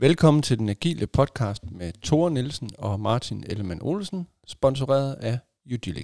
Velkommen til den agile podcast med Tore Nielsen og Martin Ellemann Olsen, sponsoreret af Udilic.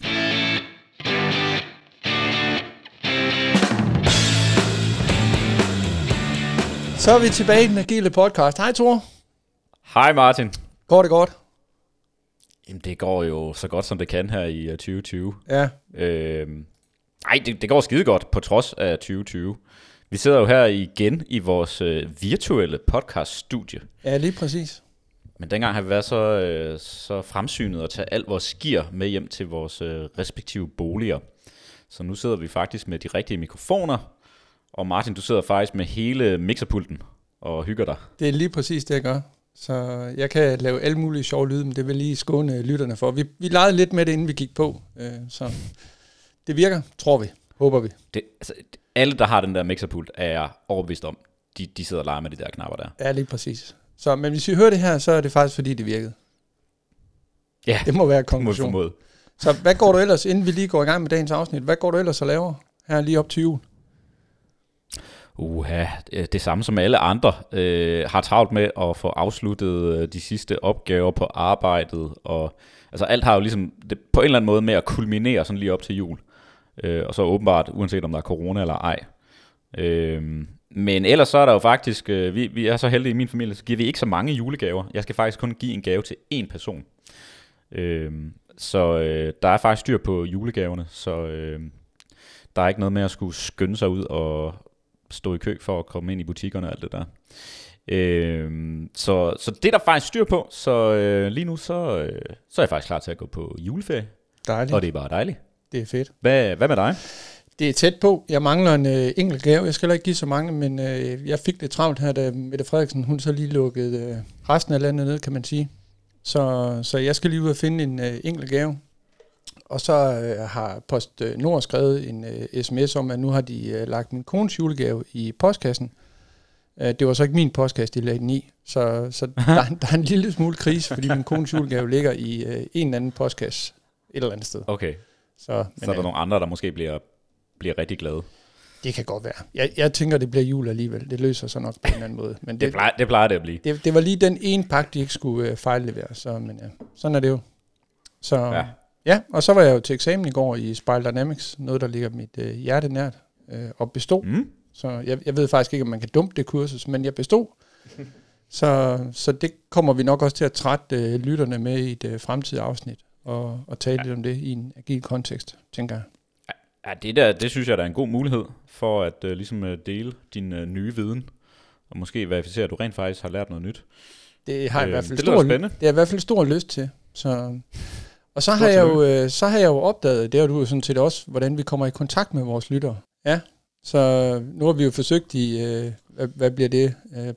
Så er vi tilbage i den agile podcast. Hej Tore. Hej Martin. Går det godt? Jamen det går jo så godt som det kan her i 2020. Ja. Nej, det går skide godt på trods af 2020. Vi sidder jo her igen i vores virtuelle podcaststudie. Ja, lige præcis. Men dengang har vi været så fremsynet at tage alt vores gear med hjem til vores respektive boliger. Så nu sidder vi faktisk med de rigtige mikrofoner. Og Martin, du sidder faktisk med hele mixerpulten og hygger dig. Det er lige præcis det, jeg gør. Så jeg kan lave alle mulige sjove lyde, men det vil lige skåne lytterne for. Vi legede lidt med det, inden vi gik på. Så det virker, tror vi. Håber vi. Alle, der har den der mixerpult, er jeg overbevist om. De sidder og leger med de der knapper der. Ja, lige præcis. Så, men hvis vi hører det her, så er det faktisk, fordi det virkede. Ja, det må være konklusion. Så hvad går du ellers, inden vi lige går i gang med dagens afsnit, hvad går du ellers og laver her lige op til jul? Det samme som alle andre. Har travlt med at få afsluttet de sidste opgaver på arbejdet. Og, altså alt har jo ligesom det, på en eller anden måde med at kulminere sådan lige op til jul. Og så åbenbart, uanset om der er corona eller ej. Men ellers så er der jo faktisk, vi er så heldige i min familie, så giver vi ikke så mange julegaver. Jeg skal faktisk kun give en gave til én person. Så der er faktisk styr på julegaverne, så der er ikke noget med at skulle skynde sig ud og stå i kø for at komme ind i butikkerne og alt det der. Så det er der faktisk styr på, så lige nu så er jeg faktisk klar til at gå på juleferie. Dejligt. Og det er bare dejligt. Det er fedt. Hvad med dig? Det er tæt på. Jeg mangler en enkelt gave. Jeg skal heller ikke give så mange, men jeg fik det travlt her, da Mette Frederiksen, hun så lige lukkede resten af landet ned, kan man sige. Så jeg skal lige ud og finde en enkelt gave. Og så har PostNord skrevet en sms om, at nu har de lagt min kones julegave i postkassen. Det var så ikke min postkasse, de lagde den i. Så der er en lille smule krise, fordi min kones julegave ligger i en eller anden postkasse et eller andet sted. Okay. Så er der nogle andre, der måske bliver rigtig glade. Det kan godt være. Jeg tænker, det bliver jul alligevel. Det løser sig nok på en eller anden måde. Men det plejer det at blive. Det var lige den ene pakke, de ikke skulle fejllevere. Men ja, sådan er det jo. Så ja, og så var jeg jo til eksamen i går i Spiral Dynamics. Noget, der ligger mit hjerte nært og bestod. Så jeg ved faktisk ikke, om man kan dumpe det kursus, men jeg bestod. Så det kommer vi nok også til at trætte lytterne med i et fremtidigt afsnit. Og tale lidt om det i en agil kontekst, tænker jeg. Ja, det synes jeg, der er en god mulighed for at ligesom dele din nye viden, og måske verificere, at du rent faktisk har lært noget nyt. Det har jeg i hvert fald det er i hvert fald stor lyst til. Og så har jeg jo opdaget, det har du jo sådan set også, hvordan vi kommer i kontakt med vores lyttere. Ja, så nu har vi jo forsøgt i, hvad bliver det,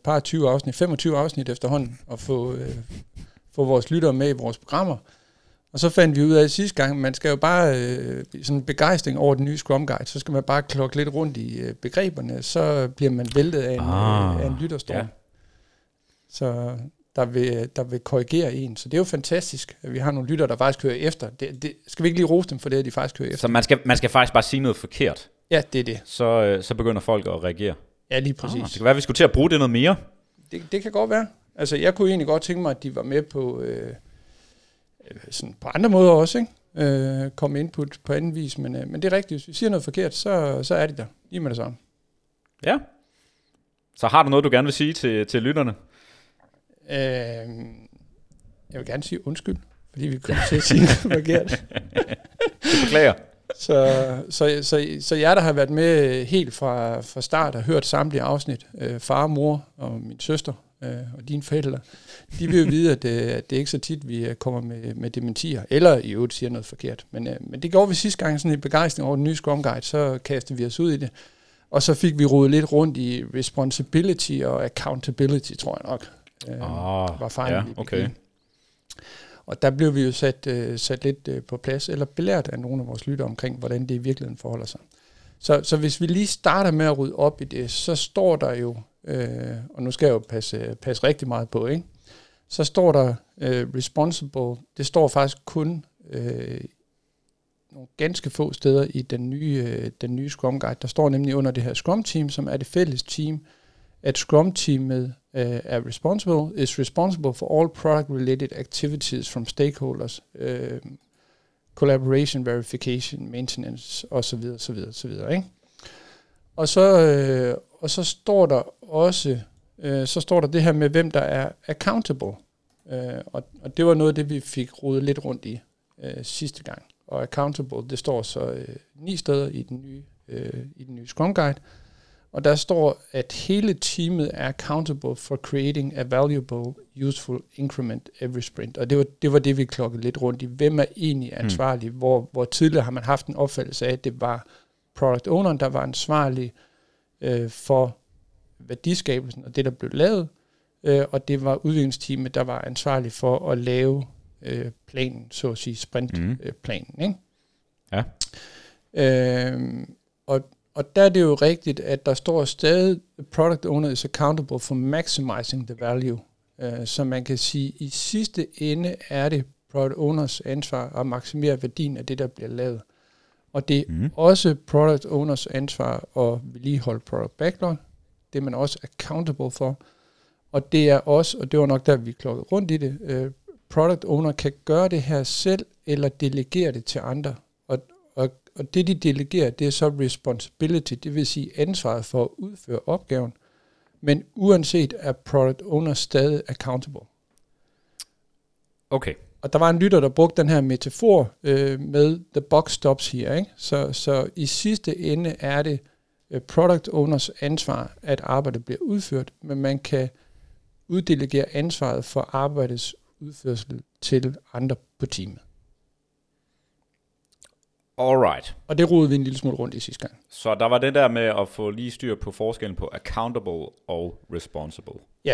25 afsnit efterhånden, at få vores lyttere med i vores programmer. Og så fandt vi ud af sidste gang, man skal jo bare sådan en begejstring over den nye Scrum Guide, så skal man bare klokke lidt rundt i begreberne, så bliver man væltet af en lytterstorm. Ja. Så der vil korrigere en. Så det er jo fantastisk, at vi har nogle lyttere, der faktisk kører efter. Det skal vi ikke lige rose dem for det, at de faktisk kører efter. Så man skal faktisk bare sige noget forkert? Ja, det er det. Så begynder folk at reagere? Ja, lige præcis. Det kan være, at vi skulle til at bruge det noget mere? Det kan godt være. Altså, jeg kunne egentlig godt tænke mig, at de var med på... sådan på andre måder også, ikke? Komme input på anden vis, men det er rigtigt. Hvis vi siger noget forkert, så er de der. Lige med det samme. Ja. Så har du noget, du gerne vil sige til lytterne? Jeg vil gerne sige undskyld, fordi vi kommer til at sige noget forkert. Det beklager. Så jeg, der har været med helt fra start og hørt samtlige afsnit, far, mor og min søster og dine forældre, de vil jo vide, at det er ikke så tit, vi kommer med dementier, eller i øvrigt siger noget forkert. Men det gjorde vi sidste gang, sådan en begejstring over den nye Scrum Guide, så kastede vi os ud i det. Og så fik vi rodet lidt rundt i responsibility og accountability, tror jeg nok. Var fejl. Ja, okay. Og der blev vi jo sat lidt på plads, eller belært af nogle af vores lyttere omkring, hvordan det i virkeligheden forholder sig. Så hvis vi lige starter med at rydde op i det, så står der jo, og nu skal jeg jo passe rigtig meget på, ikke? Så står der responsible, det står faktisk kun nogle ganske få steder i den nye Scrum Guide. Der står nemlig under det her Scrum Team, som er det fælles team at Scrum-teamet er responsible for all product-related activities from stakeholders, collaboration, verification, maintenance, osv. Ikke? Og så står der også, det her med, hvem der er accountable. Og det var noget af det, vi fik rodet lidt rundt i sidste gang. Og accountable, det står så 9 steder i den nye Scrum Guide. Og der står, at hele teamet er accountable for creating a valuable, useful increment every sprint. Og det var det, vi klokkede lidt rundt i. Hvem er egentlig ansvarlig? Hvor tidligere har man haft en opfattelse af, at det var product owneren, der var ansvarlig for værdiskabelsen og det, der blev lavet. Og det var udviklingsteamet, der var ansvarlig for at lave planen, så at sige sprintplanen. Ikke? Ja. Og der er det jo rigtigt, at der står stadig, product owner is accountable for maximizing the value. Så man kan sige, i sidste ende er det product owners ansvar at maksimere værdien af det, der bliver lavet. Og det er også product owners ansvar at vedligeholde product backlog. Det er man også accountable for. Og det er også, og det var nok der, vi klokkede rundt i det, product owner kan gøre det her selv, eller delegere det til andre. Og det, de delegerer, det er så responsibility, det vil sige ansvaret for at udføre opgaven. Men uanset er product owner stadig accountable. Okay. Og der var en lytter, der brugte den her metafor med the buck stops here. Ikke? Så i sidste ende er det product owners ansvar, at arbejdet bliver udført, men man kan uddelegere ansvaret for arbejdets udførsel til andre på teamet. Alright. Og det rodede vi en lille smule rundt i sidste gang. Så der var det der med at få lige styr på forskellen på accountable og responsible. Ja.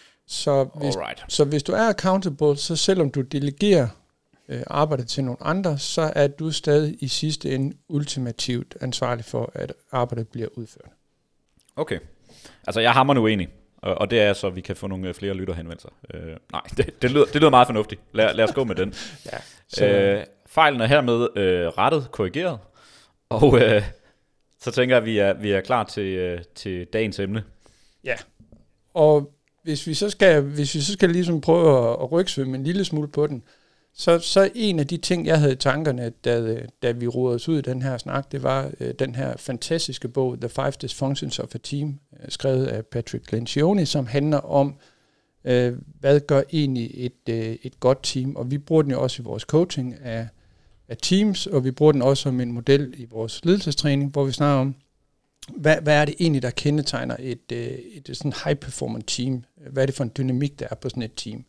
Så hvis du er accountable, så selvom du delegerer arbejdet til nogle andre, så er du stadig i sidste ende ultimativt ansvarlig for, at arbejdet bliver udført. Okay. Altså jeg er hamrende uenig. Og det er så, at vi kan få nogle flere lytterhenvendelser. Nej, det lyder meget fornuftigt. Lad os gå med den. Ja, fejlen er hermed rettet, korrigeret. Og så tænker jeg, at vi er klar til dagens emne. Ja, og hvis vi så skal ligesom prøve at rygsvømme en lille smule på den, så en af de ting, jeg havde i tankerne, da vi rodede os ud i den her snak, det var den her fantastiske bog, The 5 Dysfunctions of a Team, skrevet af Patrick Lencioni, som handler om, hvad gør egentlig et godt team. Og vi bruger den jo også i vores coaching af teams, og vi bruger den også som en model i vores ledelsestræning, hvor vi snakker om, hvad er det egentlig, der kendetegner et sådan high-performance team? Hvad er det for en dynamik, der er på sådan et team?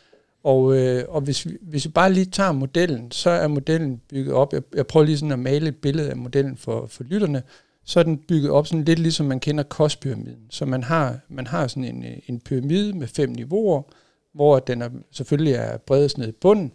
Og hvis vi bare lige tager modellen, så er modellen bygget op, jeg prøver lige sådan at male et billede af modellen for lytterne, så er den bygget op sådan lidt ligesom man kender kostpyramiden. Så man har sådan en pyramide med 5 niveauer, hvor den selvfølgelig er bredest ned i bunden,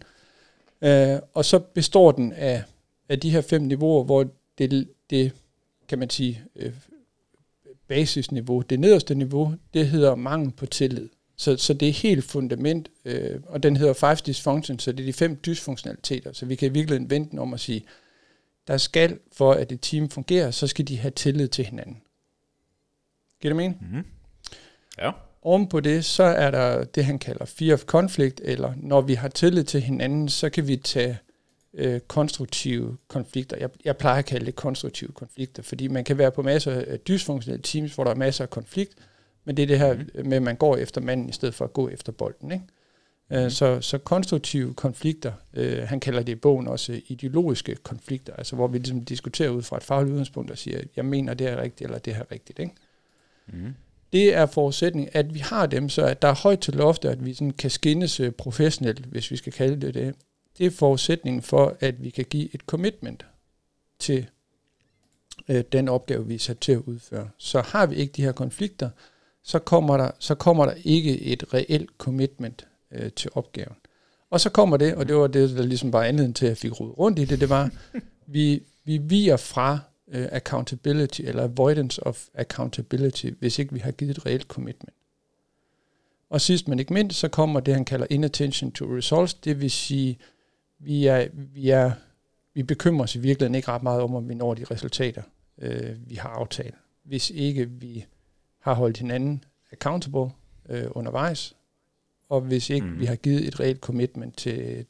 og så består den af de her 5 niveauer, hvor det kan man sige, basisniveau, det nederste niveau, det hedder mangel på tillid. Så det er helt fundament, og den hedder 5 dysfunctions, så det er de 5 dysfunktionaliteter. Så vi kan virkelig vende den om at sige, der skal, for at et team fungerer, så skal de have tillid til hinanden. Giver det mening? Mm-hmm. Ja. Oven på det, så er der det, han kalder fear of conflict, eller når vi har tillid til hinanden, så kan vi tage konstruktive konflikter. Jeg plejer at kalde det konstruktive konflikter, fordi man kan være på masser af dysfunktionelle teams, hvor der er masser af konflikt, men det er det her med, at man går efter manden, i stedet for at gå efter bolden. Ikke? Så konstruktive konflikter, han kalder det i bogen også ideologiske konflikter, altså hvor vi ligesom diskuterer ud fra et fagligt udgangspunkt og siger, jeg mener, det er rigtigt, eller det er rigtigt. Ikke? Mm. Det er forudsætning, at vi har dem, så at der er højt til loftet, at vi sådan kan skinnes professionelt, hvis vi skal kalde det det. Det er forudsætningen for, at vi kan give et commitment til den opgave, vi er sat til at udføre. Så har vi ikke de her konflikter, så kommer der ikke et reelt commitment til opgaven. Og så kommer det, og det var det, der ligesom var anledning til, at jeg fik rodet rundt i det, det var, vi viger fra accountability, eller avoidance of accountability, hvis ikke vi har givet et reelt commitment. Og sidst men ikke mindst, så kommer det, han kalder inattention to results, det vil sige, vi bekymrer os i virkeligheden ikke ret meget om vi når de resultater, vi har aftalt. Hvis ikke vi har holdt hinanden accountable undervejs, og hvis ikke vi har givet et reelt commitment til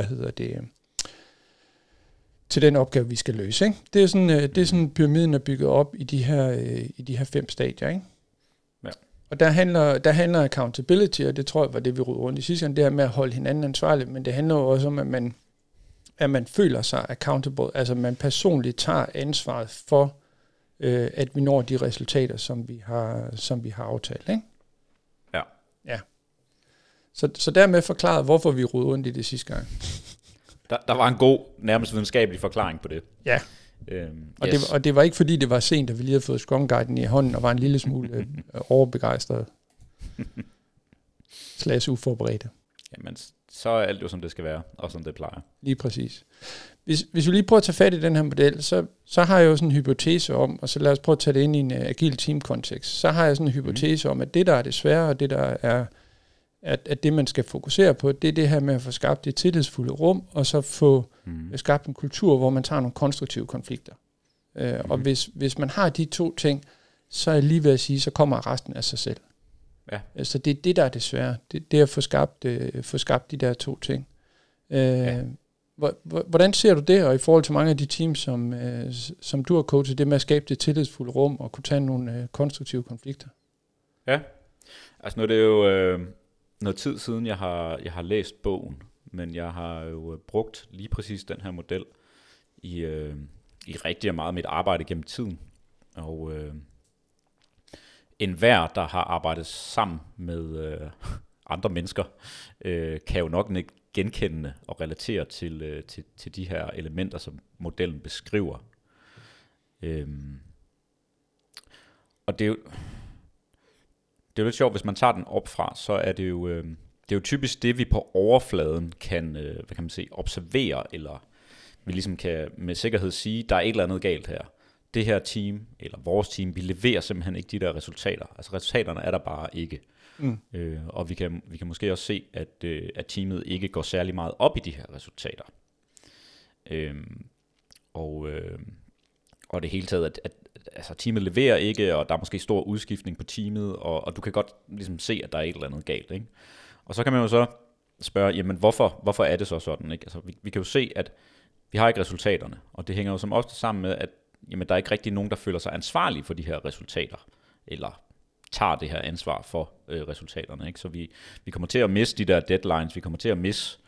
til den opgave, vi skal løse. Ikke? Det er sådan pyramiden er bygget op i de her 5 stadier. Ikke? Ja. Og der handler accountability, og det tror jeg var det, vi rodede rundt i sidste gang, det her med at holde hinanden ansvarlig, men det handler jo også om, at man føler sig accountable, altså man personligt tager ansvaret for, at vi når de resultater, som vi har aftalt. Ikke? Ja. Så dermed forklaret, hvorfor vi rodede rundt i det sidste gang. Der var en god, nærmest videnskabelig forklaring på det. Ja. Og det var ikke fordi, det var sent, at vi lige havde fået Scrum Guiden i hånden, og var en lille smule overbegejstret. / uforberedte. Jamen, så er alt jo, som det skal være, og som det plejer. Lige præcis. Hvis vi lige prøver at tage fat i den her model, så har jeg jo sådan en hypotese om, og så lad os prøve at tage det ind i en agil team-kontekst, så har jeg sådan en hypotese om, at det, der er det svære, og det, der er at det, man skal fokusere på, det er det her med at få skabt det tillidsfulde rum, og så få skabt en kultur, hvor man tager nogle konstruktive konflikter. Og hvis man har de 2 ting, så er jeg lige ved at sige, så kommer resten af sig selv. Ja. Så det er det, der er det svære. Det er at få skabt de der 2 ting. Hvordan ser du det, og i forhold til mange af de teams, som du har coachet, det med at skabe det tillidsfulde rum, og kunne tage nogle konstruktive konflikter? Ja, altså nu er det jo noget tid siden, jeg har læst bogen, men jeg har jo brugt lige præcis den her model i rigtig meget af mit arbejde gennem tiden. Og enhver, der har arbejdet sammen med andre mennesker, kan jo nok ikke genkende og relatere til de her elementer, som modellen beskriver. Og det er jo lidt sjovt, hvis man tager den op fra, så er det jo typisk det, vi på overfladen kan observere, eller vi ligesom kan med sikkerhed sige, der er et eller andet galt her. Det her team, eller vores team, vi leverer simpelthen ikke de der resultater. Altså resultaterne er der bare ikke. Og vi kan måske også se, at teamet ikke går særlig meget op i de her resultater. Og det hele taget, at altså, teamet leverer ikke, og der er måske stor udskiftning på teamet, og du kan godt ligesom se, at der er et eller andet galt. Ikke? Og så kan man jo så spørge, jamen hvorfor er det så sådan? Ikke? Altså, vi kan jo se, at vi har ikke resultaterne, og det hænger jo som ofte sammen med, at jamen, der er ikke rigtig nogen, der føler sig ansvarlige for de her resultater, eller tager det her ansvar for resultaterne. Ikke? Så vi kommer til at misse de der deadlines, vi kommer til at misse,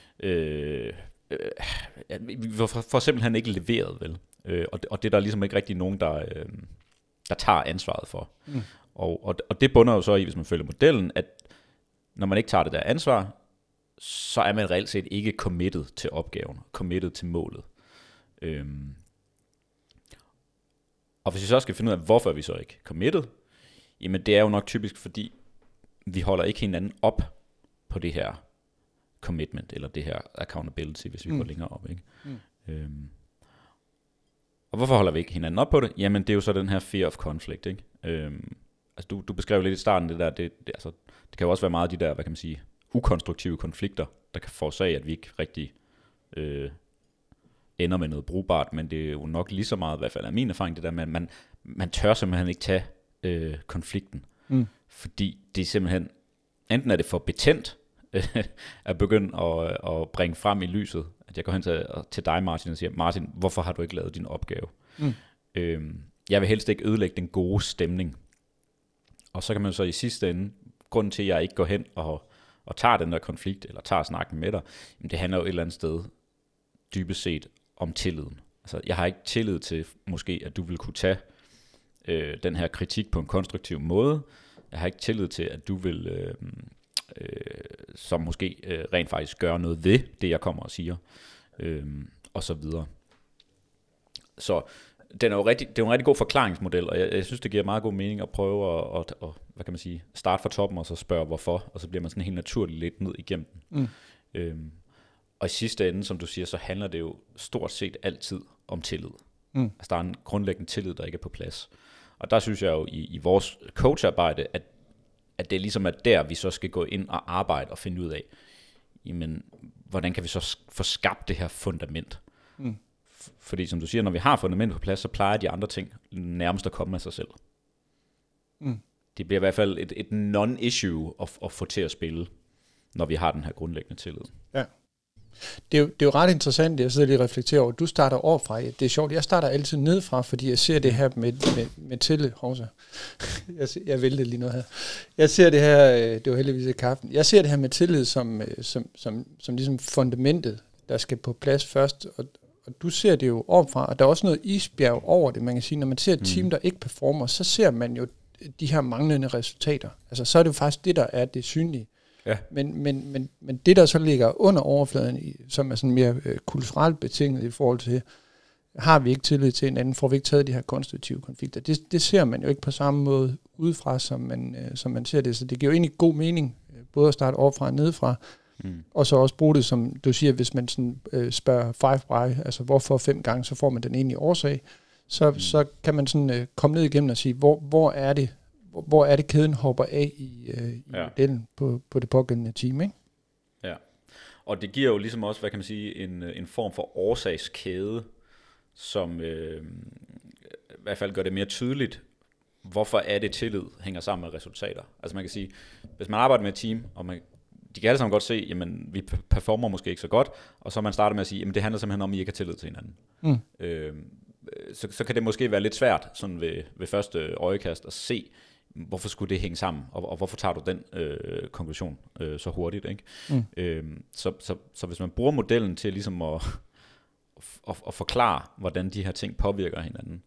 vi får simpelthen ikke leveret, vel? Og det er der ligesom ikke rigtig nogen, der tager ansvaret for. Og det bunder jo så i, hvis man følger modellen, at når man ikke tager det der ansvar, så er man reelt set ikke committed til opgaven, committed til målet. Og hvis vi så skal finde ud af, hvorfor vi så ikke committed, jamen det er jo nok typisk, fordi vi holder ikke hinanden op på det her commitment, eller det her accountability, hvis vi går længere op. Ikke? Og hvorfor holder vi ikke hinanden op på det? Jamen det er jo så den her fear of conflict. Ikke? Altså du beskrev lidt i starten det der, det kan jo også være meget af de der, hvad kan man sige, ukonstruktive konflikter, der kan forårsage, at vi ikke rigtig ender med noget brugbart, men det er jo nok lige så meget, i hvert fald af min erfaring, det der med, at man tør simpelthen ikke tage konflikten, fordi det er simpelthen, enten er det for betændt, at begynde at bringe frem i lyset, at jeg går hen til dig, Martin, og siger, Martin, hvorfor har du ikke lavet din opgave? Jeg vil helst ikke ødelægge den gode stemning. Og så kan man så i sidste ende, grunden til, at jeg ikke går hen og tager den der konflikt, eller tager snakken med dig, jamen det handler jo et eller andet sted dybest set om tilliden. Altså, jeg har ikke tillid til måske, at du vil kunne tage den her kritik på en konstruktiv måde. Jeg har ikke tillid til, at du vil som måske rent faktisk gøre noget ved det, jeg kommer og siger, og så videre. Så det er jo en rigtig god forklaringsmodel, og jeg synes, det giver meget god mening at prøve at hvad kan man sige, starte fra toppen, og så spørge hvorfor, og så bliver man sådan helt naturligt lidt ned igennem den. Og i sidste ende, som du siger, så handler det jo stort set altid om tillid. Altså der er en grundlæggende tillid, der ikke er på plads. Og der synes jeg jo i vores coacharbejde, at det ligesom er der, vi så skal gå ind og arbejde og finde ud af, jamen, hvordan kan vi så få skabt det her fundament? Fordi som du siger, når vi har fundamentet på plads, så plejer de andre ting nærmest at komme af sig selv. det bliver i hvert fald et non-issue at få til at spille, når vi har den her grundlæggende tillid. Ja. Det er jo ret interessant, jeg sidder lige og reflekterer over. Du starter overfra. Det er sjovt. Jeg starter altid nedefra, fordi jeg ser det her med tillid. Jeg væltede lige noget her. Jeg ser det her, det var heldigvis i kaffen. Jeg ser det her med tillid som ligesom fundamentet, der skal på plads først. Og du ser det jo overfra, og der er også noget isbjerg over det. Man kan sige, når man ser et team, der ikke performer, så ser man jo de her manglende resultater. Altså, så er det jo faktisk det, der er det synlige. Ja. Men det, der så ligger under overfladen, som er sådan mere kulturelt betinget i forhold til, har vi ikke tillid til hinanden, får vi ikke taget de her konstruktive konflikter. Det ser man jo ikke på samme måde udefra, som man ser det. Så det giver jo egentlig god mening, både at starte overfra og nedefra, og så også bruge det, som du siger, hvis man sådan, spørger 5 why, altså hvorfor 5 gange, så får man den egentlige årsag. Så kan man sådan komme ned igennem og sige, hvor er det kæden hopper af i modellen på det pågældende team, ikke? Ja, og det giver jo ligesom også, hvad kan man sige, en form for årsagskæde, som i hvert fald gør det mere tydeligt, hvorfor er det tillid hænger sammen med resultater. Altså man kan sige, hvis man arbejder med et team, og de kan alle sammen godt se, jamen vi performer måske ikke så godt, og så man starter med at sige, jamen det handler simpelthen om, at I ikke har tillid til hinanden. Så kan det måske være lidt svært sådan ved første øjekast at se, hvorfor skulle det hænge sammen, og hvorfor tager du den konklusion så hurtigt, ikke? Så hvis man bruger modellen til ligesom at forklare, hvordan de her ting påvirker hinanden,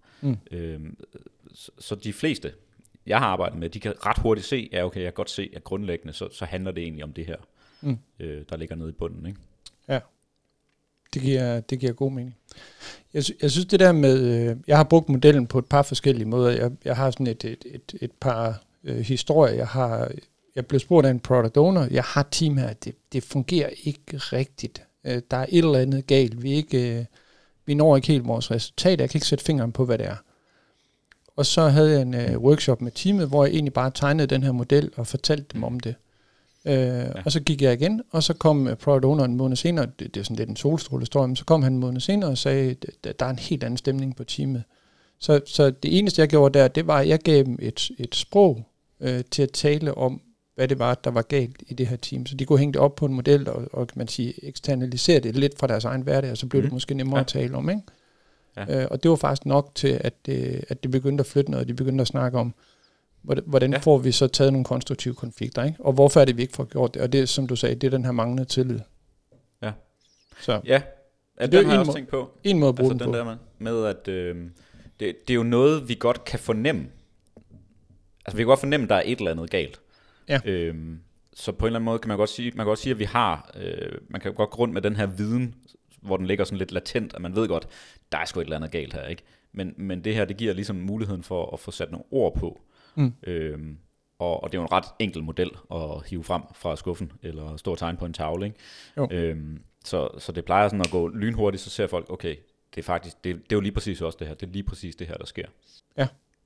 så de fleste, jeg har arbejdet med, de kan ret hurtigt se, ja okay, jeg kan godt se, at grundlæggende, så handler det egentlig om det her, der ligger nede i bunden, ikke? Ja, det giver god mening. Jeg synes det der med, jeg har brugt modellen på et par forskellige måder. Jeg har sådan et par historier. Jeg blev spurgt af en product owner, jeg har et team her, det fungerer ikke rigtigt. Der er et eller andet galt. Vi når ikke helt vores resultat. Jeg kan ikke sætte fingeren på, hvad det er. Og så havde jeg en workshop med teamet, hvor jeg egentlig bare tegnede den her model og fortalte dem om det. Og så gik jeg igen, og så kom product owner en måned senere, det er sådan lidt en solstrålehistorie, men så kom han en måned senere og sagde, at der er en helt anden stemning på teamet. Så det eneste, jeg gjorde der, det var, at jeg gav dem et sprog til at tale om, hvad det var, der var galt i det her team. Så de kunne hænge det op på en model, og kan man sige, eksternalisere det lidt fra deres egen hverdag, og så blev det måske nemmere at tale om, ikke? Ja. Og det var faktisk nok til, at det begyndte at flytte noget, og de begyndte at snakke om, hvordan får vi så taget nogle konstruktive konflikter, ikke? Og hvorfor er det, vi ikke får gjort det? Og det, som du sagde, det er den her manglende tillid. Ja. Så. Ja, den har jeg også tænkt på. En måde at bruge altså den der med at det er jo noget, vi godt kan fornemme. Altså vi kan godt fornemme, at der er et eller andet galt. Ja. Så på en eller anden måde kan man godt sige, at vi har, man kan godt gå rundt med den her viden, hvor den ligger sådan lidt latent, at man ved godt, der er sgu et eller andet galt her, ikke? Men det her, det giver ligesom muligheden for at få sat nogle ord på. Og det er jo en ret enkel model at hive frem fra skuffen, eller stå og tegne på en tavle, ikke? Så det plejer sådan at gå lynhurtigt, så ser folk, okay, det er faktisk, det er jo lige præcis også det her, det er lige præcis det her, der sker. Ja.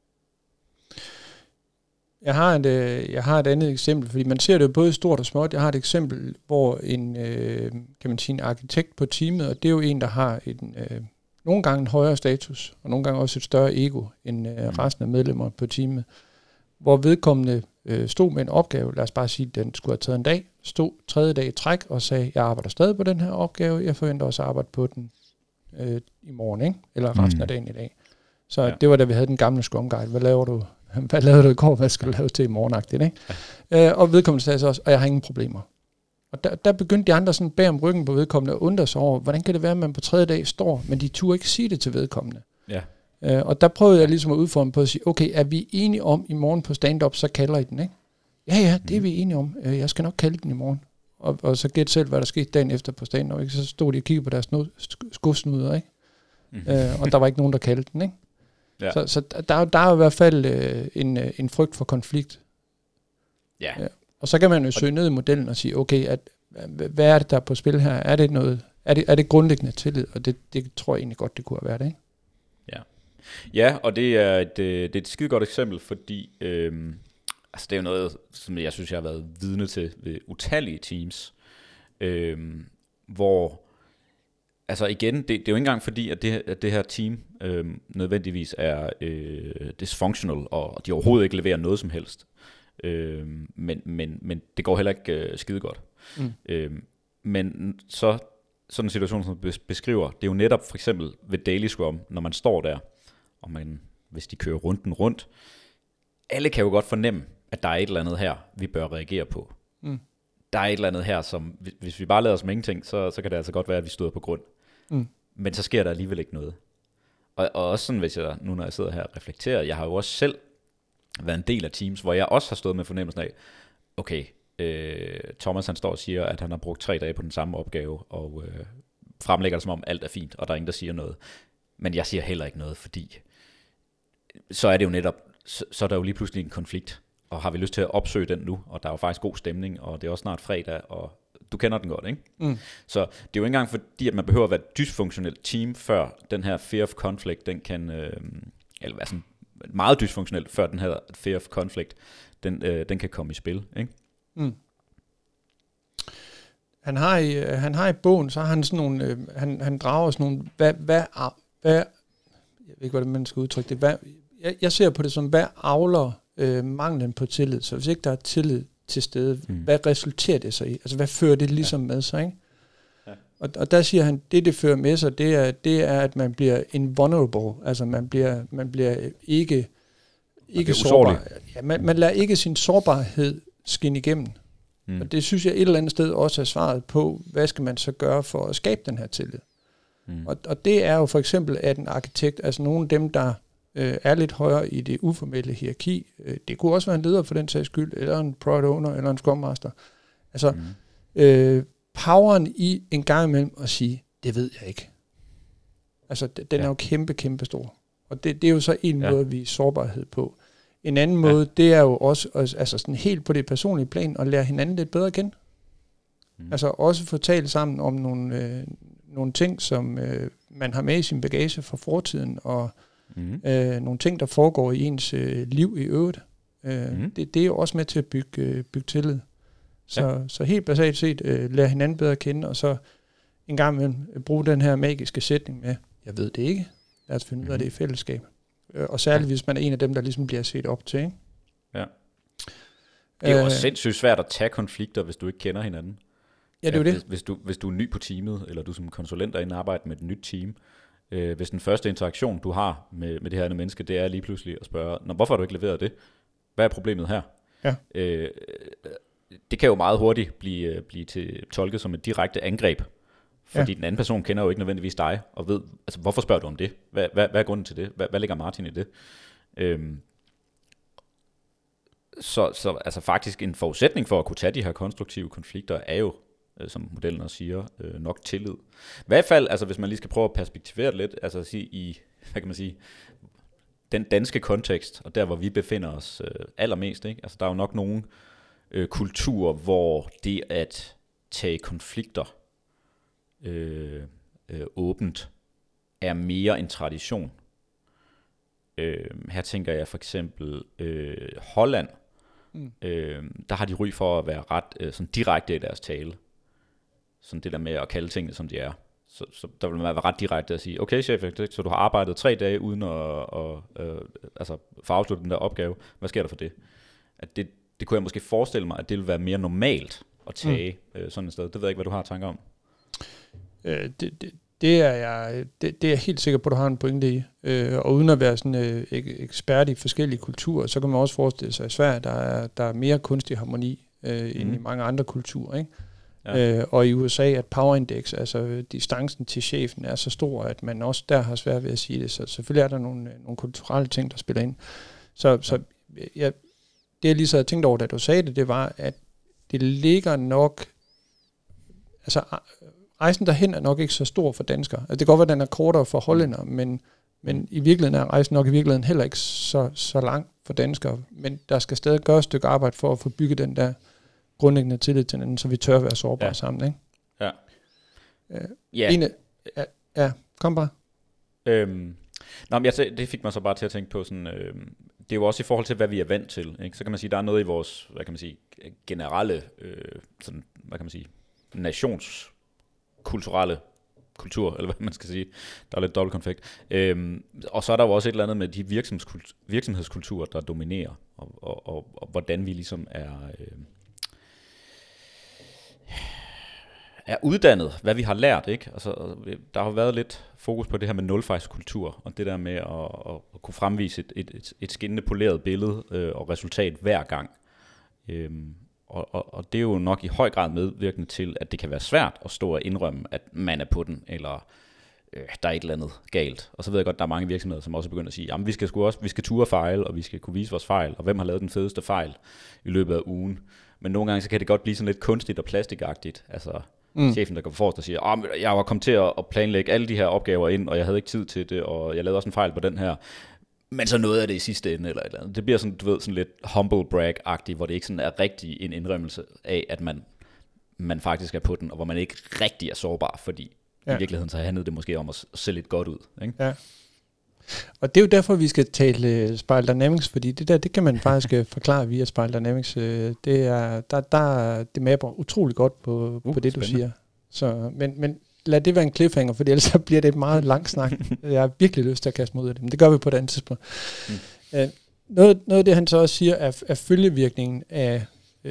Jeg har et andet eksempel, fordi man ser det jo både stort og småt. Jeg har et eksempel, hvor kan man sige, en arkitekt på teamet, og det er jo en, der har nogle gange en højere status, og nogle gange også et større ego end resten af medlemmer på teamet, hvor vedkommende stod med en opgave, lad os bare sige, at den skulle have taget en dag, stod 3. dag i træk og sagde, jeg arbejder stadig på den her opgave, jeg forventer også at arbejde på den i morgen, ikke? Eller resten af dagen i dag. Så det var da vi havde den gamle Scrum Guide. Hvad lavede du i går? Hvad skal du lave til i morgenagtigt, ikke? Og vedkommende sagde så også, og jeg har ingen problemer. Og der begyndte de andre sådan bag om ryggen på vedkommende at undre sig over, hvordan kan det være, at man på 3. dag står, men de turde ikke sige det til vedkommende. Ja. Og der prøvede jeg ligesom at udfordre på at sige, okay, er vi enige om i morgen på stand-up, så kalder I den, ikke? Ja, det er vi enige om. Jeg skal nok kalde den i morgen. Og så gæt selv, hvad der skete dagen efter på stand-up, ikke? Så stod de og kiggede på deres skosnuder, ikke? Og der var ikke nogen, der kaldte den, ikke? Ja. Så der er i hvert fald en frygt for konflikt. Ja. Og så kan man jo søge ned i modellen og sige, okay, hvad er det, der er på spil her? Er det grundlæggende tillid? Og det tror jeg egentlig godt, det kunne have været, ikke? Ja, og det er et skide godt eksempel, fordi altså det er jo noget, som jeg synes, jeg har været vidne til ved utallige teams, hvor altså igen, det er jo ikke engang fordi, at det her team nødvendigvis er dysfunctional, og de overhovedet ikke leverer noget som helst. Men det går heller ikke skide godt. Men så sådan en situation, som du beskriver, det er jo netop for eksempel ved Daily Scrum, når man står der, og hvis de kører rundt, alle kan jo godt fornemme, at der er et eller andet her, vi bør reagere på. Der er et eller andet her, som hvis vi bare lader som ingenting, så kan det altså godt være, at vi støder på grund. Men så sker der alligevel ikke noget. Og også sådan, hvis jeg, nu når jeg sidder her og reflekterer, jeg har jo også selv været en del af teams, hvor jeg også har stået med fornemmelsen af, okay, Thomas han står og siger, at han har brugt 3 dage på den samme opgave, og fremlægger det som om alt er fint, og der er ingen, der siger noget. Men jeg siger heller ikke noget, fordi så er det jo netop, så er der jo lige pludselig en konflikt, og har vi lyst til at opsøge den nu, og der er jo faktisk god stemning, og det er også snart fredag, og du kender den godt, ikke? Så det er jo ikke engang fordi, at man behøver at være et dysfunktionelt team, før den her fear of conflict, den kan, eller være sådan meget dysfunktionelt, før den her fear of conflict, den kan komme i spil, ikke? Han har i bogen, så har han sådan nogle, han drager sådan nogle, hvad jeg ved ikke, hvordan man skal udtrykke det, jeg ser på det som, hvad avler manglen på tillid, så hvis ikke der er tillid til stede, hvad resulterer det så i? Altså, hvad fører det ligesom med sig, ikke? Ja. Og der siger han, det fører med sig, det er, at man bliver invulnerable, altså man bliver ikke sårbar. Ja, man lader ikke sin sårbarhed skinne igennem. Og det synes jeg et eller andet sted også er svaret på, hvad skal man så gøre for at skabe den her tillid? Og det er jo for eksempel, at en arkitekt, altså nogle af dem, der er lidt højere i det uformelle hierarki, det kunne også være en leder for den sags skyld, eller en product owner, eller en scrum master. Altså, poweren i en gang imellem at sige, det ved jeg ikke. Altså, den er jo kæmpe stor. Og det er jo så en måde, vi er sårbarhed på. En anden måde, det er jo også, altså sådan helt på det personlige plan, at lære hinanden lidt bedre at kende. Altså også få talt sammen om nogle ting, som man har med i sin bagage fra fortiden, og nogle ting, der foregår i ens liv i øvrigt. Det er jo også med til at bygge tillid. Så helt basalt set, lære hinanden bedre at kende, og så en gang imellem bruge den her magiske sætning med, jeg ved det ikke, lad os finde ud af det i fællesskab. Og særligt hvis man er en af dem, der ligesom bliver set op til, ikke? Ja. Det er jo også sindssygt svært at tage konflikter, hvis du ikke kender hinanden. Ja, det er jo det. Hvis du er ny på teamet, eller du som konsulent er inde og arbejder med et nyt team, hvis den første interaktion, du har med det her andet menneske, det er lige pludselig at spørge, hvorfor har du ikke leveret det? Hvad er problemet her? Ja. Det kan jo meget hurtigt blive tolket som et direkte angreb, fordi den anden person kender jo ikke nødvendigvis dig, og ved, altså hvorfor spørger du om det? Hvad er grunden til det? Hvad lægger Martin i det? Så altså faktisk en forudsætning for at kunne tage de her konstruktive konflikter, er jo, som modellen også siger, nok tillid. I hvert fald, altså hvis man lige skal prøve at perspektivere det lidt, altså at sige i, hvad kan man sige, den danske kontekst, og der hvor vi befinder os allermest, ikke? Altså der er jo nok nogle kulturer, hvor det at tage konflikter åbent er mere en tradition. Her tænker jeg for eksempel Holland. Der har de ry for at være ret sådan direkte i deres tale. Sådan det der med at kalde tingene som de er. Så der vil man være ret direkte at sige, okay chef, så du har arbejdet 3 dage uden at få afsluttet den der opgave. Hvad sker der for det? At det kunne jeg måske forestille mig, at det ville være mere normalt at tage sådan et sted. Det ved jeg ikke, hvad du har tanker om. Det er jeg helt sikker på, at du har en pointe i. Og uden at være sådan ekspert i forskellige kulturer, så kan man også forestille sig, at i Sverige, der er mere kunstig harmoni end i mange andre kulturer, ikke? Ja. Og i USA, at power index, altså distancen til chefen, er så stor, at man også der har svært ved at sige det. Så selvfølgelig er der nogle kulturelle ting, der spiller ind. Så det jeg lige så havde tænkt over, da du sagde det var, at det ligger nok, altså rejsen derhen er nok ikke så stor for danskere. Altså, det kan godt være, at den er kortere for hollænder, men i virkeligheden er rejsen nok i virkeligheden heller ikke så lang for danskere. Men der skal stadig gøre et stykke arbejde for at få bygget den der grundlæggende tillid til hinanden, så vi tør være sårbare sammen, ikke? Ja. Ja, kom bare. Men det fik mig så bare til at tænke på sådan, det er jo også i forhold til, hvad vi er vant til, ikke? Så kan man sige, der er noget i vores, hvad kan man sige, generelle, sådan, hvad kan man sige, nationskulturelle kultur, eller hvad man skal sige. Der er lidt dobbeltkonfekt. Og så er der jo også et eller andet med de virksomhedskulturer, der dominerer, og hvordan vi ligesom er uddannet, hvad vi har lært, ikke? Altså, der har været lidt fokus på det her med nulfejlskultur, og det der med at kunne fremvise et skinnende poleret billede og resultat hver gang. Og det er jo nok i høj grad medvirkende til, at det kan være svært at stå og indrømme, at man er på den, eller der er et eller andet galt. Og så ved jeg godt, der er mange virksomheder, som også begynder at sige, jamen vi skal ture fejl, og vi skal kunne vise vores fejl, og hvem har lavet den fedeste fejl i løbet af ugen. Men nogle gange så kan det godt blive sådan lidt kunstigt og plastikagtigt. Altså chefen, der går forrest og siger, jeg var kommet til at planlægge alle de her opgaver ind, og jeg havde ikke tid til det, og jeg lavede også en fejl på den her. Men så nåede jeg det i sidste ende, eller et eller andet. Det bliver sådan, du ved, sådan lidt humble brag-agtigt, hvor det ikke sådan er rigtig en indrømmelse af, at man faktisk er på den, og hvor man ikke rigtig er sårbar, fordi i virkeligheden så handlede det måske om at se lidt godt ud. Ikke? Ja. Og det er jo derfor, vi skal tale Spiral Dynamics, fordi det kan man faktisk forklare via Spiral Dynamics. Det mapper utrolig godt på det, spændende. Du siger. Så, men lad det være en cliffhanger, for ellers så bliver det et meget langt snak. Jeg har virkelig lyst til at kaste mig ud af det, men det gør vi på et andet tidspunkt. Noget af det, han så også siger, er følgevirkningen af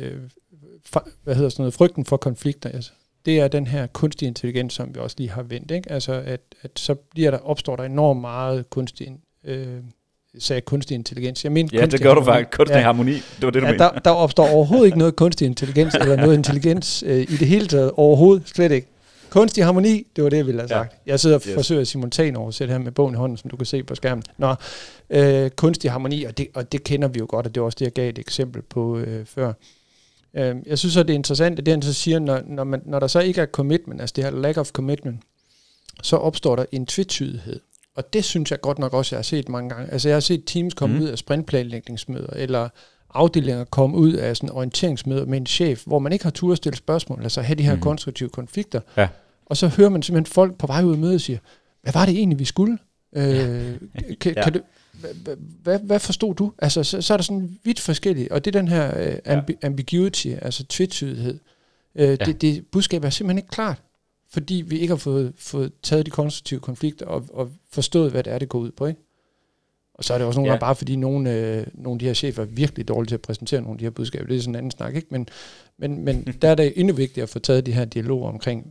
frygten for konflikter. Altså, det er den her kunstig intelligens, som vi også lige har vendt. Ikke? Altså, at så opstår der enormt meget kunstig intelligens. Jeg mener, det gør du faktisk. Kunstig harmoni, det var det, du mente. Der opstår overhovedet ikke noget kunstig intelligens, eller noget intelligens i det hele taget. Overhovedet, slet ikke. Kunstig harmoni, det var det, jeg ville have sagt. Jeg sidder og forsøger at simultan oversætte her med bogen i hånden, som du kan se på skærmen. Kunstig harmoni, og det kender vi jo godt, og det er også det, jeg gav et eksempel på før. Jeg synes, at det er interessant, at det han så siger, når der så ikke er commitment, altså det her lack of commitment, så opstår der en tvetydighed. Og det synes jeg godt nok også, jeg har set mange gange. Altså jeg har set teams komme ud af sprintplanlægningsmøder, eller afdelinger komme ud af sådan orienteringsmøder med en chef, hvor man ikke har tur at stille spørgsmål, altså have de her konstruktive konflikter. Ja. Og så hører man simpelthen folk på vej ud af mødet og siger, hvad var det egentlig, vi skulle? Kan du, hvad forstod du? Altså, så er der sådan vidt forskelligt, og det er den her ambiguity, altså tvetydighed. Det budskab er simpelthen ikke klart, fordi vi ikke har fået taget de konstruktive konflikter og forstået, hvad det er, det går ud på, ikke? Og så er det også nogle gange bare, fordi nogle af de her chefer er virkelig dårlige til at præsentere nogle af de her budskaber. Det er sådan en anden snak, ikke? Men der er det endnu vigtigt at få taget de her dialoger omkring,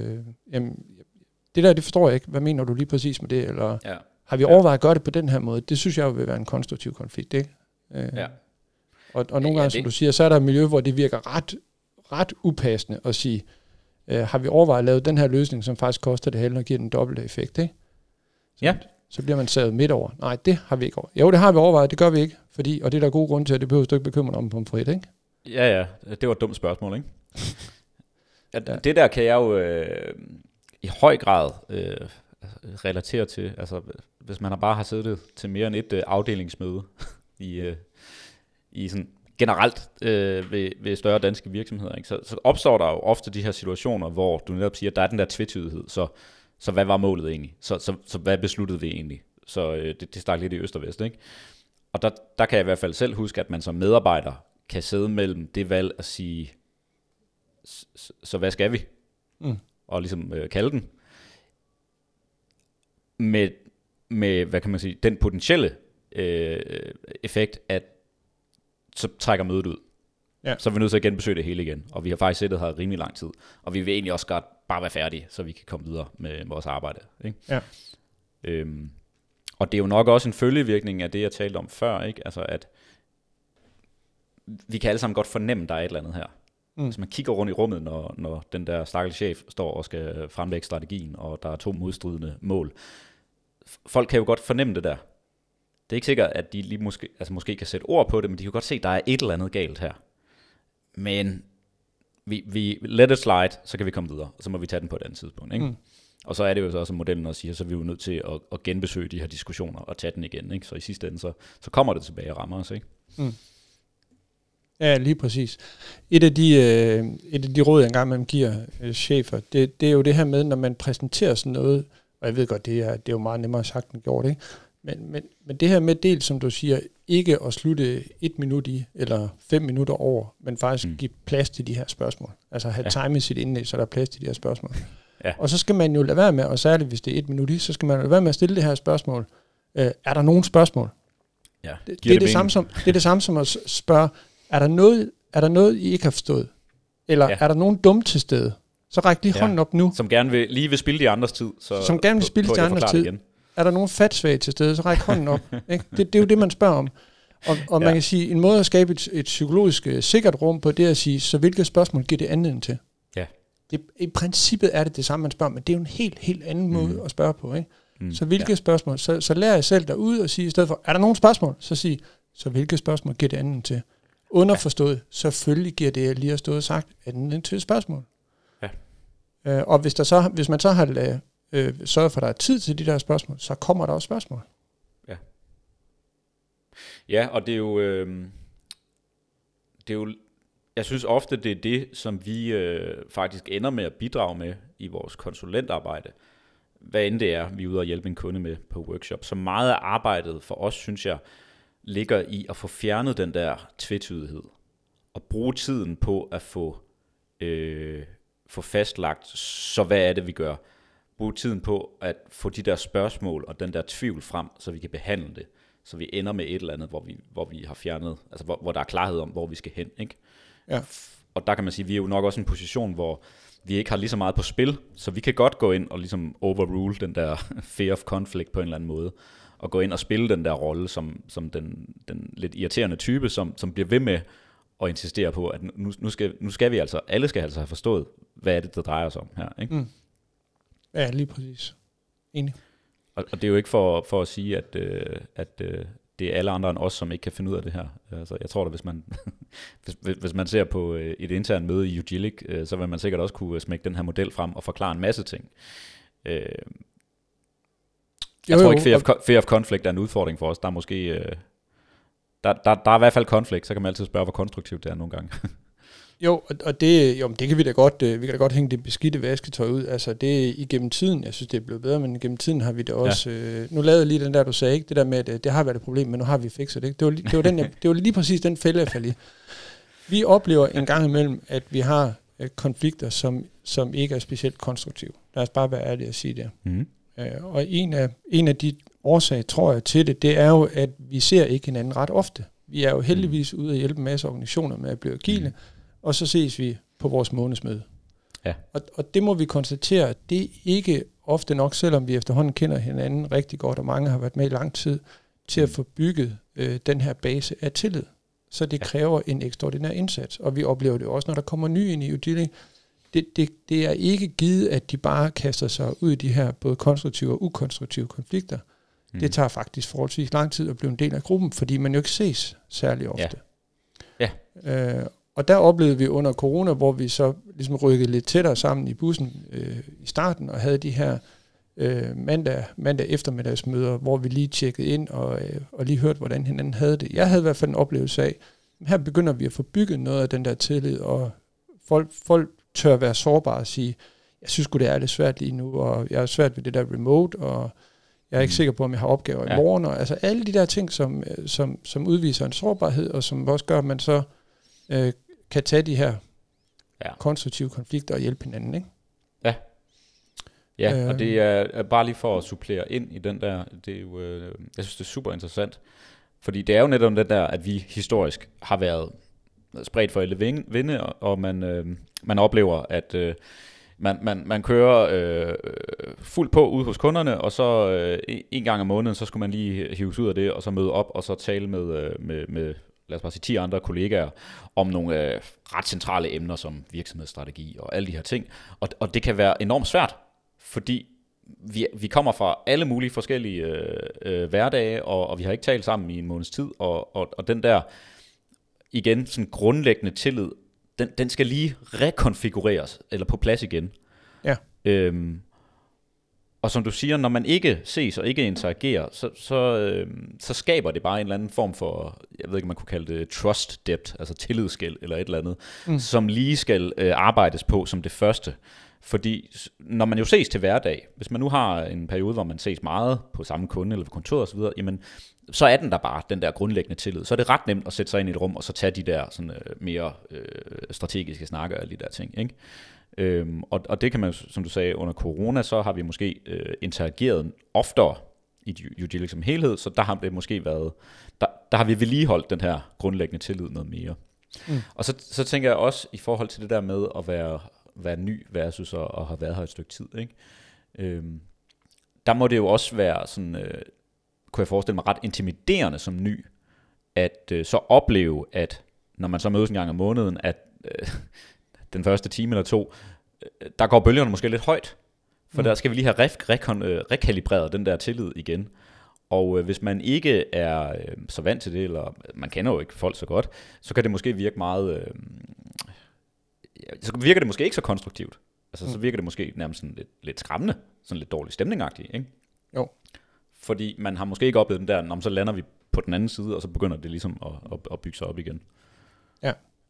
det forstår jeg ikke. Hvad mener du lige præcis med det? Eller har vi overvejet at gøre det på den her måde? Det synes jeg jo vil være en konstruktiv konflikt, ikke? Og nogle gange, som du siger, så er der et miljø, hvor det virker ret upassende at sige, har vi overvejet at lave den her løsning, som faktisk koster det hele og giver den dobbelte effekt, ikke? Så bliver man savet midt over. Nej, det har vi ikke overvejet. Jo, det har vi overvejet, det gør vi ikke. Og det er der gode grund til, at det behøver du ikke bekymre om pomfrit, ikke? Ja, det var et dumt spørgsmål, ikke? Det der kan jeg jo i høj grad relatere til. Altså, hvis man bare har siddet til mere end et afdelingsmøde i sådan generelt ved større danske virksomheder, ikke? Så opstår der jo ofte de her situationer, hvor du netop siger, at der er den der tvetydighed, så hvad var målet egentlig? Så hvad besluttede vi egentlig? Så det stak lidt i øst og vest, ikke? Og der kan jeg i hvert fald selv huske, at man som medarbejder kan sidde mellem det valg at sige, så hvad skal vi? Og ligesom kalde den. Med, hvad kan man sige, den potentielle effekt, at så trækker mødet ud. Ja. Så er vi nødt til at genbesøge det hele igen. Og vi har faktisk siddet her rimelig lang tid. Og vi vil egentlig også godt bare være færdige, så vi kan komme videre med vores arbejde. Ikke? Ja. Og det er jo nok også en følgevirkning af det, jeg talte om før. Ikke? Altså at vi kan alle sammen godt fornemme, at der er et eller andet her. Hvis man kigger rundt i rummet, når den der stakkels chef står og skal fremlægge strategien, og der er 2 modstridende mål. Folk kan jo godt fornemme det der. Det er ikke sikkert, at de lige måske kan sætte ord på det, men de kan godt se, at der er et eller andet galt her. Men vi let it slide, så kan vi komme videre, og så må vi tage den på et andet tidspunkt. Ikke? Og så er det jo så også modellen også siger, så er vi jo nødt til at genbesøge de her diskussioner og tage den igen. Ikke? Så i sidste ende, så kommer det tilbage og rammer os. Ikke? Ja, lige præcis. Et af de råd, jeg engang man giver chefer, det er jo det her med, når man præsenterer sådan noget, og jeg ved godt, det er jo meget nemmere sagt end gjort, ikke? Men det her med dels, som du siger, ikke at slutte 1 minut i, eller 5 minutter over, men faktisk give plads til de her spørgsmål. Altså have time i sit indlæg, så der er plads til de her spørgsmål. Ja. Og så skal man jo lade være med, og særligt hvis det er 1 minut i, så skal man lade være med at stille det her spørgsmål. Er der nogen spørgsmål? Ja. Det er det samme som at spørge, er der noget, I ikke har forstået? Eller er der nogen dumme til stede? Så ræk lige hånden op nu. Som gerne vil spille de andres tid. Som gerne vil spille de andres tid. Igen. Er der nogen fatsvage til stede, så ræk hånden op. Ikke? Det er jo det, man spørger om. Og man kan sige, en måde at skabe et psykologisk sikkert rum på, det er at sige, så hvilke spørgsmål giver det anledning til? Ja. I princippet er det samme, man spørger, men det er jo en helt anden måde at spørge på. Ikke? Så hvilke spørgsmål? Så lærer jeg selv derude og sige, i stedet for, er der nogen spørgsmål? Så sig, så hvilke spørgsmål giver det anledning til? Underforstået, selvfølgelig giver det, jeg lige har stået og sagt, anledning til et spørgsmål. Ja. Og hvis man så har sørget for, at der er tid til de der spørgsmål, så kommer der også spørgsmål. Ja. Ja, og det er jo, jeg synes ofte, det er det, som vi faktisk ender med at bidrage med i vores konsulentarbejde. Hvad end det er, vi er ude og hjælpe en kunde med på workshop. Så meget af arbejdet for os, synes jeg, ligger i at få fjernet den der tvetydighed. Og bruge tiden på at få fastlagt, så hvad er det, vi gør? Bruge tiden på at få de der spørgsmål og den der tvivl frem, så vi kan behandle det. Så vi ender med et eller andet, hvor vi har fjernet, altså hvor der er klarhed om, hvor vi skal hen, ikke? Ja. Og der kan man sige, at vi er jo nok også i en position, hvor vi ikke har lige så meget på spil, så vi kan godt gå ind og ligesom overrule den der fear of conflict på en eller anden måde, og gå ind og spille den der rolle som den lidt irriterende type, som bliver ved med at insistere på, at nu skal vi altså, alle skal altså have forstået, hvad er det, der drejer sig om her, ikke? Mm. Ja, lige præcis. Enig. Og det er jo ikke for at sige, at det er alle andre end os, som ikke kan finde ud af det her. Altså, jeg tror da, hvis man ser på et internt møde i Ugilic, så vil man sikkert også kunne smække den her model frem og forklare en masse ting. Jeg tror ikke, fear of conflict er en udfordring for os. Der er måske... Der er i hvert fald konflikt, så kan man altid spørge, hvor konstruktivt det er nogle gange. Det kan vi da godt, vi kan da godt hænge det beskidte vasketøj ud. Altså det igennem tiden, jeg synes det er blevet bedre, men igennem tiden har vi det også. Nu lavede jeg lige den der, du sagde, ikke det der med, at det har været et problem, men nu har vi fikset det. Ikke? Det var lige præcis den fælde, jeg faldt i. Vi oplever en gang imellem, at vi har konflikter, som ikke er specielt konstruktive. Lad os bare være ærlige at sige det. Mm. Og en af de årsager, tror jeg, til det er jo, at vi ser ikke hinanden ret ofte. Vi er jo heldigvis ude at hjælpe en masse organisationer med at blive agile, og så ses vi på vores månedsmøde. Ja. Og det må vi konstatere, det er ikke ofte nok, selvom vi efterhånden kender hinanden rigtig godt, og mange har været med i lang tid, til at få bygget den her base af tillid. Så det kræver en ekstraordinær indsats, og vi oplever det også, når der kommer nye ind i Ugilic. Det er ikke givet, at de bare kaster sig ud i de her både konstruktive og ukonstruktive konflikter. Det tager faktisk forholdsvis lang tid at blive en del af gruppen, fordi man jo ikke ses særlig ofte. Ja. Og der oplevede vi under corona, hvor vi så ligesom rykkede lidt tættere sammen i bussen i starten, og havde de her mandag eftermiddagsmøder, hvor vi lige tjekkede ind og lige hørte, hvordan hinanden havde det. Jeg havde i hvert fald en oplevelse af, at her begynder vi at få bygget noget af den der tillid, og folk tør være sårbare og sige, jeg synes sgu, det er lidt svært lige nu, og jeg er svært ved det der remote, og jeg er ikke sikker på, om jeg har opgaver i morgen, og altså alle de der ting, som udviser en sårbarhed, og som også gør, at man så kan tage de her konstruktive konflikter og hjælpe hinanden, ikke? Ja, og det er bare lige for at supplere ind i den der, det er jo, jeg synes, det er super interessant, fordi det er jo netop den der, at vi historisk har været spredt for alle vinde, og man oplever, at man kører fuldt på ude hos kunderne, og så en gang om måneden, så skulle man lige hives ud af det, og så møde op, og så tale med lad os bare sige 10 andre kollegaer, om nogle ret centrale emner, som virksomhedsstrategi og alle de her ting. Og det kan være enormt svært, fordi vi kommer fra alle mulige forskellige hverdage, og vi har ikke talt sammen i en måneds tid, og den der, igen, sådan grundlæggende tillid, den skal lige rekonfigureres, eller på plads igen. Ja. Og som du siger, når man ikke ses og ikke interagerer, så skaber det bare en eller anden form for, jeg ved ikke, om man kunne kalde det trust debt, altså tillidsgæld eller et eller andet, som lige skal arbejdes på som det første. Fordi når man jo ses til hverdag, hvis man nu har en periode, hvor man ses meget på samme kunde eller på kontoret osv., jamen, så er den der bare, den der grundlæggende tillid. Så er det ret nemt at sætte sig ind i et rum, og så tage de der sådan, mere strategiske snakker og alle de der ting, ikke? Og det kan man, som du sagde, under corona, så har vi måske interageret oftere i UGL som helhed, så der har det måske været, der har vi vedligeholdt den her grundlæggende tillid noget mere. Og så tænker jeg også i forhold til det der med at være ny versus at have været her et stykke tid, ikke? Der må det jo også være sådan, kunne jeg forestille mig, ret intimiderende som ny, at så opleve, at når man så mødes en gang om måneden, at den første time eller to, der går bølgerne måske lidt højt, for der skal vi lige have rekalibreret den der tillid igen. Og hvis man ikke er så vant til det, eller man kender jo ikke folk så godt, så kan det måske virke meget, så virker det måske ikke så konstruktivt. Altså så virker det måske nærmest sådan lidt skræmmende, sådan lidt dårlig stemningagtigt, ikke? Jo. Fordi man har måske ikke oplevet den der, når så lander vi på den anden side, og så begynder det ligesom at bygge sig op igen. Ja.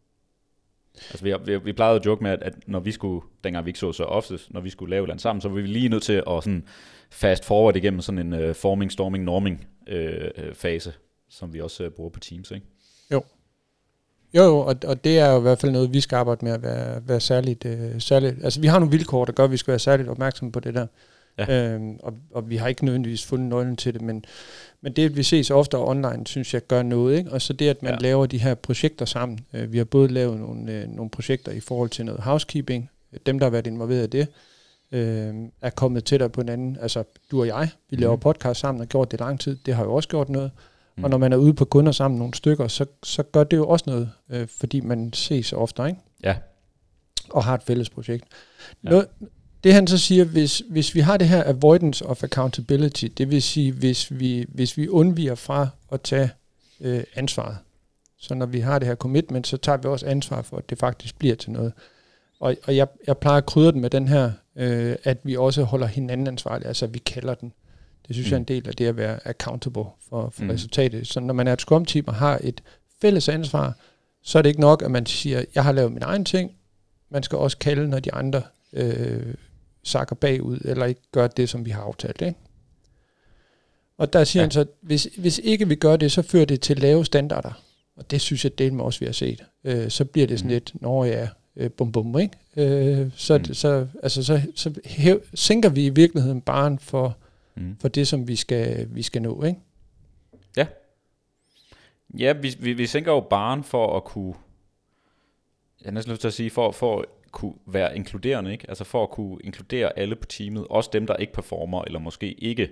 Altså vi plejede at joke med, at når vi skulle, dengang vi ikke så ofte, når vi skulle lave land sammen, så var vi lige nødt til at sådan fast forward igennem sådan en forming, storming, norming fase, som vi også bruger på Teams, ikke? Jo, og det er jo i hvert fald noget, vi skal arbejde med at være særligt. Altså vi har nogle vilkår, der gør, at vi skal være særligt opmærksomme på det der. Ja. Og vi har ikke nødvendigvis fundet nøglen til det, men det, at vi ses ofte online, synes jeg gør noget, ikke? Og så det, at man laver de her projekter sammen. Vi har både lavet nogle projekter i forhold til noget housekeeping. Dem, der har været involveret i det, er kommet tættere på hinanden. Altså du og jeg, vi laver podcast sammen og gjort det lang tid. Det har jo også gjort noget. Og når man er ude på kunder sammen nogle stykker, så gør det jo også noget, fordi man ses ofte, ikke? Ja. Og har et fælles projekt. Ja. Det han så siger, hvis vi har det her avoidance of accountability, det vil sige, hvis vi undviger fra at tage ansvaret, så når vi har det her commitment, så tager vi også ansvar for, at det faktisk bliver til noget. Og jeg plejer at krydre den med den her, at vi også holder hinanden ansvarlige, altså vi kalder den. Det synes jeg er en del af det at være accountable for resultatet. Så når man er et Scrum-team og har et fælles ansvar, så er det ikke nok, at man siger, jeg har lavet min egen ting. Man skal også kalde, når de andre sakker bagud, eller ikke gør det, som vi har aftalt, ikke? Og der siger han så, hvis ikke vi gør det, så fører det til lave standarder. Og det synes jeg, det med også vi har set. Så bliver det sådan lidt, bum bum, ikke? Så sænker vi i virkeligheden barren for det, som vi skal nå, ikke? Ja. Ja, vi sænker jo barren for at kunne, jeg er næsten lyst til at sige, for at kunne være inkluderende, ikke? Altså for at kunne inkludere alle på teamet, også dem, der ikke performer, eller måske ikke,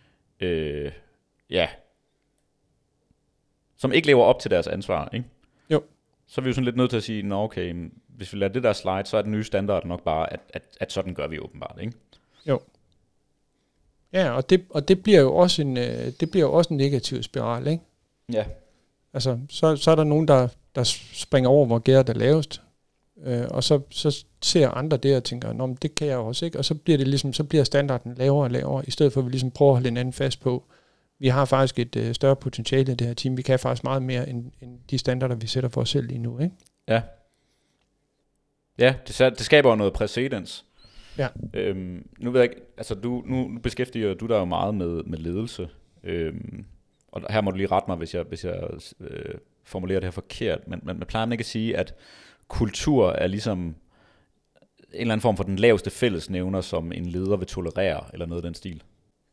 som ikke lever op til deres ansvar, ikke? Jo. Så er vi jo sådan lidt nødt til at sige, nå okay, hvis vi lader det der slide, så er den nye standard nok bare, at sådan gør vi åbenbart, ikke? Jo. Ja, og det bliver jo også en negativ spiral, ikke? Ja. Altså, så er der nogen, der springer over, hvor gæret er lavest, og så ser andre det og tænker, nå, men det kan jeg også, ikke? Og så bliver det ligesom, så bliver standarden lavere og lavere, i stedet for at vi ligesom prøver at holde hinanden fast på, vi har faktisk et større potentiale i det her team, vi kan faktisk meget mere end de standarder, vi sætter for os selv lige nu, ikke? Ja. Ja, det skaber jo noget præcedens. Ja. Nu ved jeg ikke, altså nu beskæftiger du dig jo meget med ledelse, og her må du lige rette mig, hvis jeg formulerer det her forkert, men man plejer man ikke at sige, at kultur er ligesom en eller anden form for den laveste fællesnævner, som en leder vil tolerere, eller noget af den stil?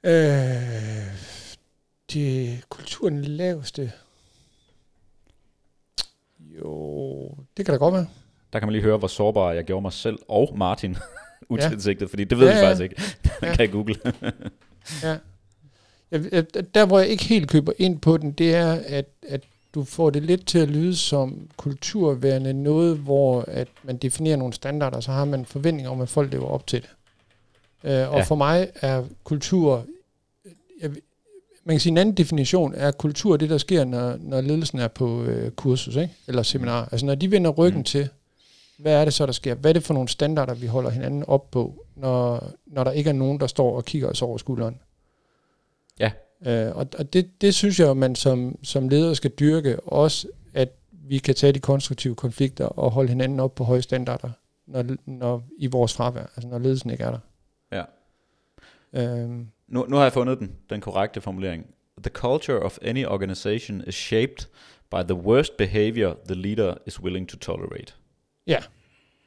Kulturen den laveste? Jo, det kan da godt være. Der kan man lige høre, hvor sårbar jeg gjorde mig selv og Martin utilsigtet, fordi det ved vi faktisk ikke. Man kan google. Ja. Der, hvor jeg ikke helt køber ind på den, det er, at du får det lidt til at lyde som kulturværende noget, hvor at man definerer nogle standarder, så har man forventninger om, at folk lever op til det. Og for mig er kultur, man kan sige en anden definition, er kultur det, der sker, når ledelsen er på kursus, ikke? Eller seminar. Altså når de vender ryggen til, hvad er det så, der sker? Hvad er det for nogle standarder, vi holder hinanden op på, når der ikke er nogen, der står og kigger os over skulderen? Ja. Og det synes jeg, at man som leder skal dyrke, også at vi kan tage de konstruktive konflikter og holde hinanden op på høje standarder, når i vores fravær, altså når ledelsen ikke er der. Ja. Nu har jeg fundet den korrekte formulering. The culture of any organization is shaped by the worst behavior the leader is willing to tolerate. Ja.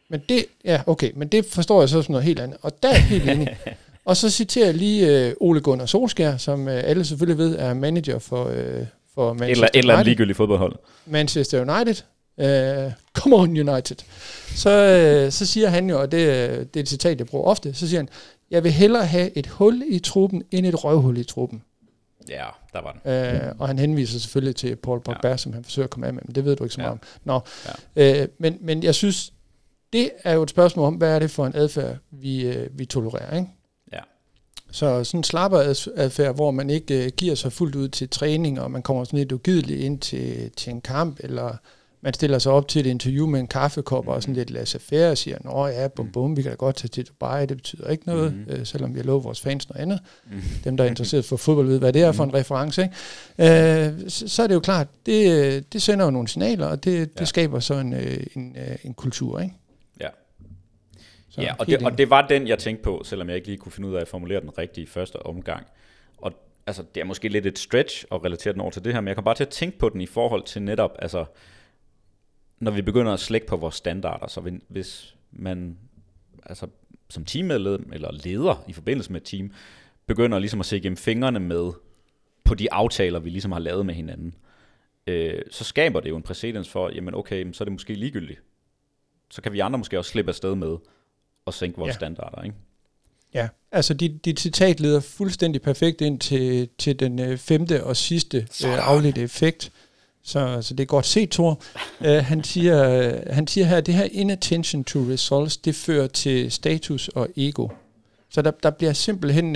men det forstår jeg så som noget helt andet. Og der er helt enig. Og så citerer jeg lige Ole Gunnar Solskjær, som alle selvfølgelig ved er manager for Manchester United. Et eller andet ligegyldigt fodboldhold. Manchester United. Come on United. Så siger han jo, og det er et citat, jeg bruger ofte, så siger han, jeg vil hellere have et hul i truppen, end et røvhul i truppen. Ja, der var den. Og han henviser selvfølgelig til Paul Pogba, som han forsøger at komme af med, men det ved du ikke så meget om. Men jeg synes, det er jo et spørgsmål om, hvad er det for en adfærd, vi tolererer, ikke? Ja. Så sådan en slapper adfærd, hvor man ikke giver sig fuldt ud til træning, og man kommer sådan lidt ugideligt ind til en kamp, eller man stiller sig op til et interview med en kaffekop og sådan lidt laissez-faire og siger, nå ja, bum, vi kan da godt tage til Dubai, det betyder ikke noget, selvom vi har lovet vores fans noget andet. Dem, der er interesseret for fodbold, ved, hvad det er for en reference, ikke? Så er det jo klart, det sender jo nogle signaler, og det skaber så en kultur, ikke? Ja. Så ja, og det var den, jeg tænkte på, selvom jeg ikke lige kunne finde ud af at formulere den rigtige første omgang. Og altså, det er måske lidt et stretch at relatere den over til det her, men jeg kom bare til at tænke på den i forhold til netop, altså, når vi begynder at slække på vores standarder, så hvis man altså, som teammedlem eller leder i forbindelse med et team, begynder ligesom at se gennem fingrene med på de aftaler, vi ligesom har lavet med hinanden, så skaber det jo en præcedens for, jamen okay, så er det måske ligegyldigt. Så kan vi andre måske også slippe afsted med at sænke vores standarder, ikke? Ja, altså dit citat leder fuldstændig perfekt ind til den femte og sidste afledte effekt. Så det er godt set, Thor. Han siger her, det her inattention to results, det fører til status og ego. Så der bliver simpelthen,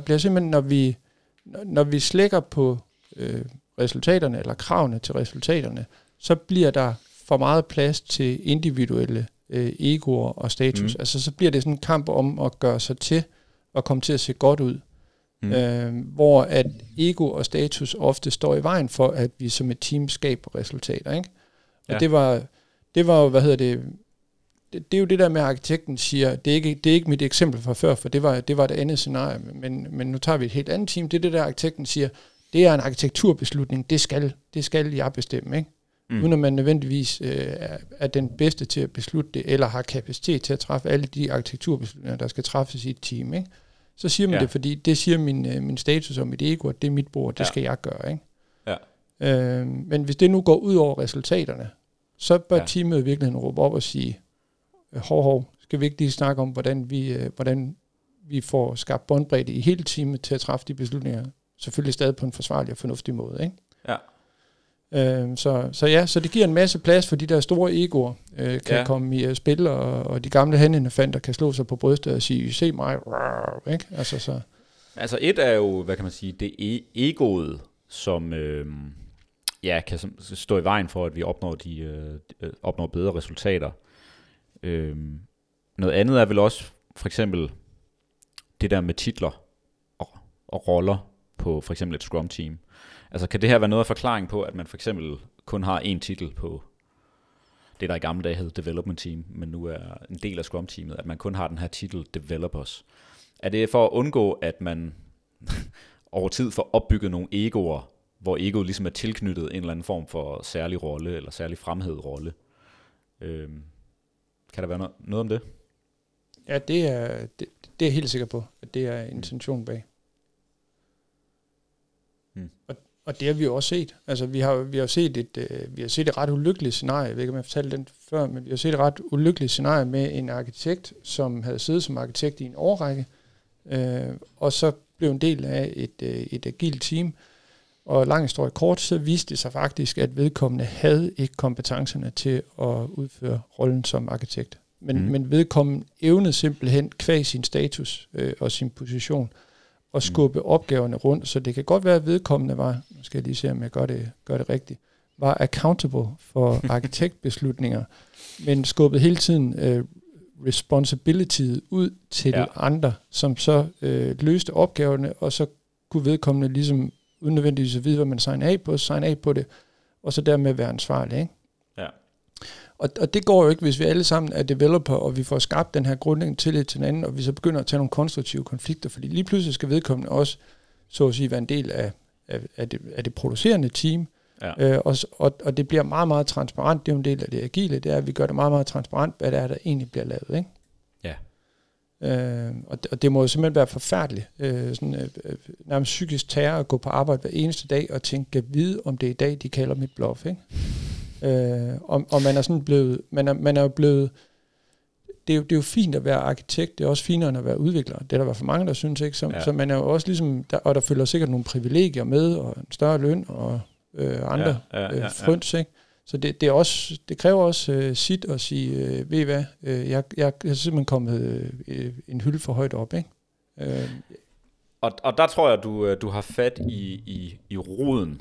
når vi slækker på resultaterne, eller kravene til resultaterne, så bliver der for meget plads til individuelle egoer og status. Altså så bliver det sådan en kamp om at gøre sig til, og komme til at se godt ud. Hvor at ego og status ofte står i vejen for, at vi som et team skaber resultater, ikke? Og det var jo, det er jo det der med, at arkitekten siger, det er ikke mit eksempel fra før, for det var et andet scenarie, men nu tager vi et helt andet team. Det er det der, arkitekten siger, det er en arkitekturbeslutning, det skal jeg bestemme, ikke? Uden at man nødvendigvis er den bedste til at beslutte det, eller har kapacitet til at træffe alle de arkitekturbeslutninger, der skal træffes i et team, ikke? Så siger man det, fordi det siger min status og mit ego, at det er mit bord, det skal jeg gøre, ikke? Ja. Men hvis det nu går ud over resultaterne, så bør teamet i virkeligheden råbe op og sige, hov, skal vi ikke lige snakke om, hvordan vi får skabt båndbredde i hele teamet til at træffe de beslutninger, selvfølgelig stadig på en forsvarlig og fornuftig måde, ikke? Ja. Så det giver en masse plads for de der store egoer kan komme i spil, og de gamle hanelefanter kan slå sig på brystet og sige, se mig, ikke? Altså et er jo, hvad kan man sige, det egoet, som kan stå i vejen for, at vi opnår bedre resultater. Noget andet er vel også for eksempel det der med titler og roller på for eksempel et scrum team. Altså kan det her være noget af forklaring på, at man for eksempel kun har én titel på det, der i gamle dage hed Development Team, men nu er en del af Scrum-teamet, at man kun har den her titel Developers. Er det for at undgå, at man over tid får opbygget nogle egoer, hvor egoet ligesom er tilknyttet en eller anden form for særlig rolle, eller særlig fremhævet rolle? Kan der være noget om det? Ja, det er jeg helt sikker på, at det er intentionen bag. Og det har vi jo også set. Altså vi har set et ret ulykkeligt scenarie. Jeg ved ikke, om jeg fortalte den før, men vi har set et ret ulykkeligt scenarie med en arkitekt, som havde siddet som arkitekt i en årrække, og så blev en del af et agilt team. Og lang historie kort, så viste det sig faktisk, at vedkommende havde ikke kompetencerne til at udføre rollen som arkitekt. Men vedkommende evnede simpelthen kvæg sin status og sin position og skubbe opgaverne rundt, så det kan godt være, at vedkommende var, nu skal jeg lige se, om jeg gør det rigtigt, var accountable for arkitektbeslutninger, men skubbede hele tiden responsibility ud til andre, som så løste opgaverne, og så kunne vedkommende ligesom uden nødvendigvis at vide, hvad man signer af på det, og så dermed være ansvarlig, ikke? Ja. Og det går jo ikke, hvis vi alle sammen er developer, og vi får skabt den her grundlæggende tillid til hinanden, og vi så begynder at tage nogle konstruktive konflikter, fordi lige pludselig skal vedkommende også, så at sige, være en del af det producerende team, Ja. Og det bliver meget, meget transparent. Det er jo en del af det agile, det er, at vi gør det meget, meget transparent, hvad det er, der egentlig bliver lavet, ikke? Ja. Og det må jo simpelthen være forfærdeligt, nærmest psykisk terror at gå på arbejde hver eneste dag og tænke, kan vide, om det er i dag, de kalder mit bluff, ikke? Og man er sådan blevet, man er jo blevet, det er jo fint at være arkitekt, det er også finere end at være udvikler. Det er der i hvert fald mange, der synes, ikke? Så man er jo også ligesom, og der følger sikkert nogle privilegier med, og en større løn, og andre frøns, ikke? Så det er også, det kræver også sit at sige, ved I hvad, jeg er simpelthen kommet en hylde for højt op, ikke? Og der tror jeg, du har fat i roden,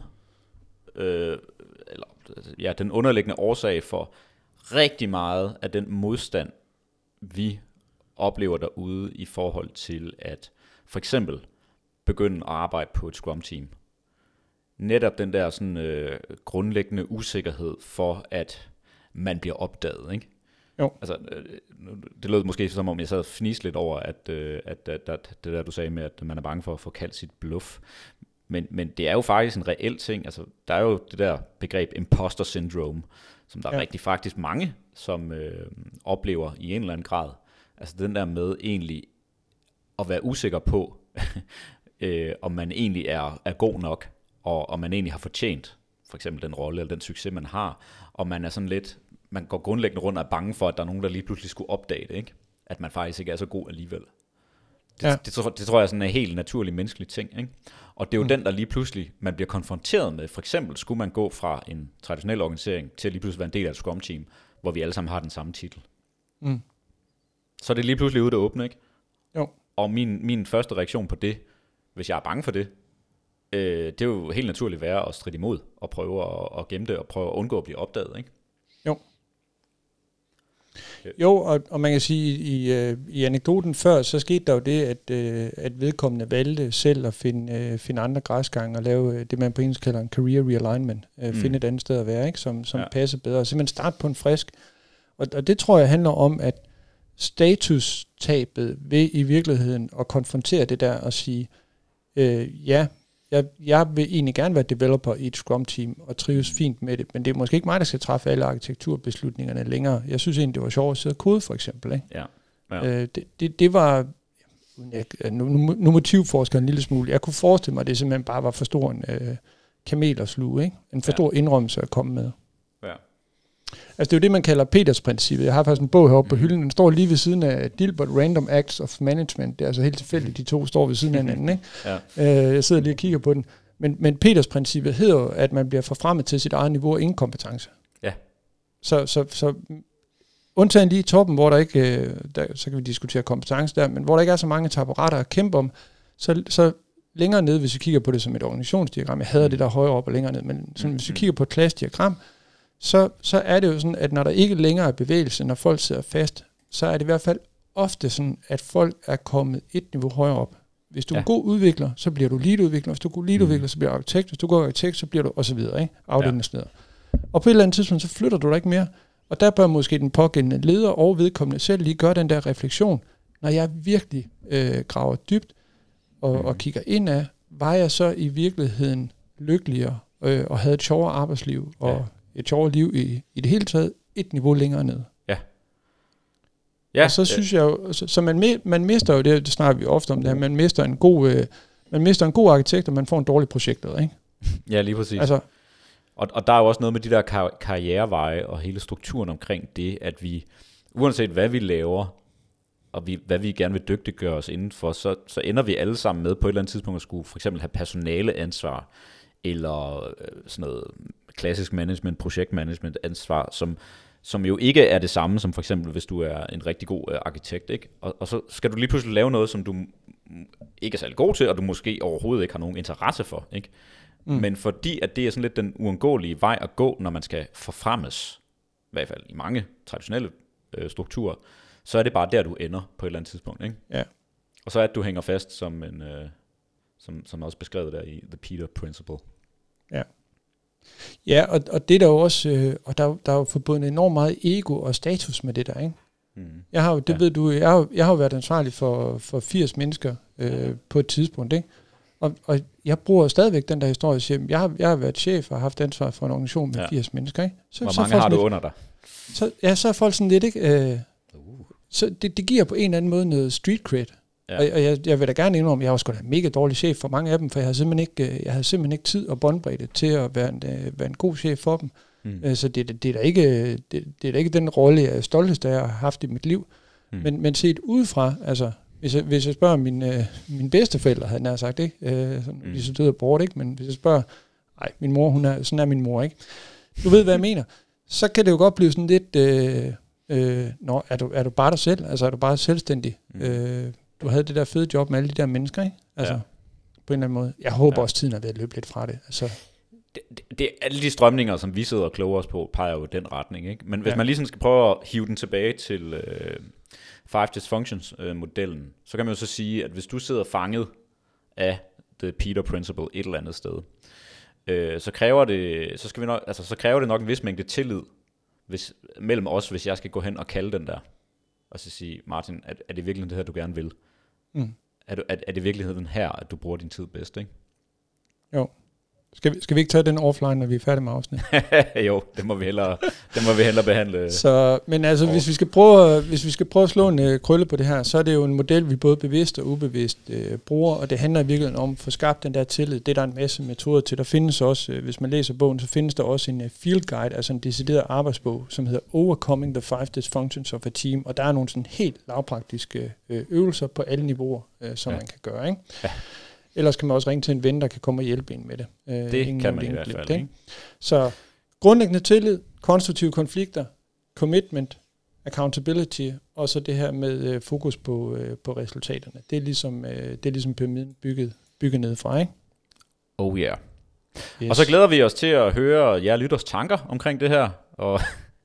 den underliggende årsag for rigtig meget af den modstand, vi oplever derude i forhold til at for eksempel begynde at arbejde på et Scrum-team. Netop den der sådan grundlæggende usikkerhed for, at man bliver opdaget, ikke? Jo. Altså, det lød måske som om, jeg sad og fniste lidt over, at det der, du sagde med, at man er bange for at få kaldt sit bluff. Men det er jo faktisk en reel ting. Altså, der er jo det der begreb imposter syndrome, som der er rigtig faktisk mange, som oplever i en eller anden grad. Altså den der med egentlig at være usikker på, om man egentlig er god nok, og om man egentlig har fortjent for eksempel den rolle eller den succes, man har, og man er sådan lidt, man går grundlæggende rundt og er bange for, at der er nogen, der lige pludselig skulle opdage det, ikke? At man faktisk ikke er så god alligevel. Det tror jeg er sådan en helt naturlig menneskelig ting, ikke? Og det er jo den, der lige pludselig man bliver konfronteret med. For eksempel skulle man gå fra en traditionel organisering til at lige pludselig være en del af et Scrum-team, hvor vi alle sammen har den samme titel. Så er det lige pludselig ude det åbne, ikke? Jo. Og min første reaktion på det, hvis jeg er bange for det, det er jo helt naturligt være at stride imod, og prøve at gemme det, og prøve at undgå at blive opdaget, ikke? Jo. Jo, og man kan sige, i anekdoten før, så skete der jo det, at vedkommende valgte selv at finde andre græsgange og lave det, man på engelsk kalder en career realignment. Finde et andet sted at være, ikke? Som passer bedre. Og simpelthen starte på en frisk. Og det tror jeg handler om, at statustabet ved i virkeligheden at konfrontere det der og sige, jeg vil egentlig gerne være developer i et Scrum-team og trives fint med det, men det er måske ikke mig, der skal træffe alle arkitekturbeslutningerne længere. Jeg synes egentlig, det var sjovt at sidde og kode, for eksempel, ikke? Ja. Det var, nu motivforsker en lille smule, jeg kunne forestille mig, at det simpelthen bare var for stor en kamel at sluge, ikke? En for stor indrømmelse at komme med. Ja. Altså det er jo det, man kalder Peters-princippet. Jeg har faktisk en bog heroppe på hylden. Den står lige ved siden af Dilbert Random Acts of Management. Det er altså helt tilfældigt, de to står ved siden af hinanden, ikke? Jeg sidder lige og kigger på den. Men Peters-princippet hedder jo, at man bliver forfremmet til sit eget niveau og ingen kompetence. Ja. Så undtagen lige i toppen, hvor der ikke, så kan vi diskutere kompetence der, men hvor der ikke er så mange taburetter at kæmpe om, så længere ned, hvis vi kigger på det som et organisationsdiagram, jeg hader det der højere op og længere ned, men sådan, hvis vi kigger på et klassediagram, så er det jo sådan, at når der ikke længere er bevægelse, når folk sidder fast, så er det i hvert fald ofte sådan, at folk er kommet et niveau højere op. Hvis du er en god udvikler, så bliver du lead-udvikler. Hvis du er god lead-udvikler, så bliver du arkitekt. Hvis du er god arkitekt, så bliver du osv., ikke? Afdelingsleder. Og på et eller andet tidspunkt, så flytter du dig ikke mere. Og der bør måske den pågældende leder og vedkommende selv lige gøre den der refleksion. Når jeg virkelig graver dybt og kigger indad, var jeg så i virkeligheden lykkeligere og havde et sjovere arbejdsliv og et sjovere liv i det hele taget et niveau længere ned. Ja, og så synes jeg jo, så man mister jo det snakker vi ofte om det her, man mister en god arkitekt, og man får en dårlig projektleder, ikke? Ja, lige præcis. Altså, og der er jo også noget med de der karriereveje og hele strukturen omkring det, at vi, uanset hvad vi laver, og hvad vi gerne vil dygtiggøre os indenfor, så ender vi alle sammen med på et eller andet tidspunkt at skulle for eksempel have personaleansvar, eller sådan noget klassisk management, projektmanagement ansvar, som jo ikke er det samme som for eksempel, hvis du er en rigtig god arkitekt, ikke? Og så skal du lige pludselig lave noget, som du ikke er særlig god til, og du måske overhovedet ikke har nogen interesse for, ikke? Men fordi at det er sådan lidt den uundgåelige vej at gå, når man skal forfremmes, i hvert fald i mange traditionelle strukturer, så er det bare der, du ender på et eller andet tidspunkt, ikke? Ja. Og så er det, du hænger fast som en, som også beskrevet der i The Peter Principle. Ja. Ja, og det er der jo også, og der er jo forbundet enormt meget ego og status med det der, ikke? Jeg har jo, det ved du, jeg har jo været ansvarlig for 80 mennesker på et tidspunkt, ikke? Og jeg bruger stadigvæk den der historie, siger, jeg har været chef og haft ansvar for en organisation med 80 mennesker, ikke? Hvor mange har du under dig? Så er folk sådan lidt, ikke? Så det giver på en eller anden måde noget street cred. Ja. Og jeg vil da gerne indrømme, jeg var sgu da en mega dårlig chef for mange af dem, for jeg havde simpelthen ikke tid og båndbredde til at være en god chef for dem. Så det er da ikke den rolle, jeg er stoltest af at have haft i mit liv. Men set udefra, altså, hvis jeg spørger mine bedsteforældre, havde jeg sagt, ikke? De så døde bort, ikke? Men hvis jeg spørger, min mor, sådan er min mor, ikke? Du ved, hvad jeg mener. Så kan det jo godt blive sådan lidt, er du bare dig selv? Altså, er du bare selvstændig? Du havde det der fede job med alle de der mennesker, ikke? Altså, på en eller anden måde. Jeg håber også, tiden er ved at løbe lidt fra det. Altså. Det alle de strømninger, som vi sidder og kloger os på, peger jo i den retning, ikke? Men hvis man ligesom skal prøve at hive den tilbage til 5 Dysfunctions-modellen, så kan man jo så sige, at hvis du sidder fanget af The Peter Principle et eller andet sted, så kræver det nok en vis mængde tillid mellem os, hvis jeg skal gå hen og kalde den der, og så sige, Martin, er det virkelig det her, du gerne vil? Er det virkeligheden her, at du bruger din tid bedst, ikke? Jo. Skal vi ikke tage den offline, når vi er færdige med afsnit? Jo, det må vi hellere behandle. Så, men altså, hvis vi skal prøve at slå en krølle på det her, så er det jo en model, vi både bevidst og ubevidst bruger, og det handler i virkeligheden om at få skabt den der tillid. Det er der en masse metoder til. Der findes også, hvis man læser bogen, så findes der også en field guide, altså en decideret arbejdsbog, som hedder Overcoming the 5 Dysfunctions of a Team, og der er nogle sådan helt lavpraktiske øvelser på alle niveauer, som man kan gøre, ikke? Ja. Ellers kan man også ringe til en ven, der kan komme og hjælpe en med det. Det kan man i hvert fald, ikke? Så grundlæggende tillid, konstruktive konflikter, commitment, accountability, og så det her med fokus på resultaterne. Det er ligesom pyramiden bygget nedefra, ikke? Oh yeah. Yes. Og så glæder vi os til at høre jer lytters tanker omkring det her, og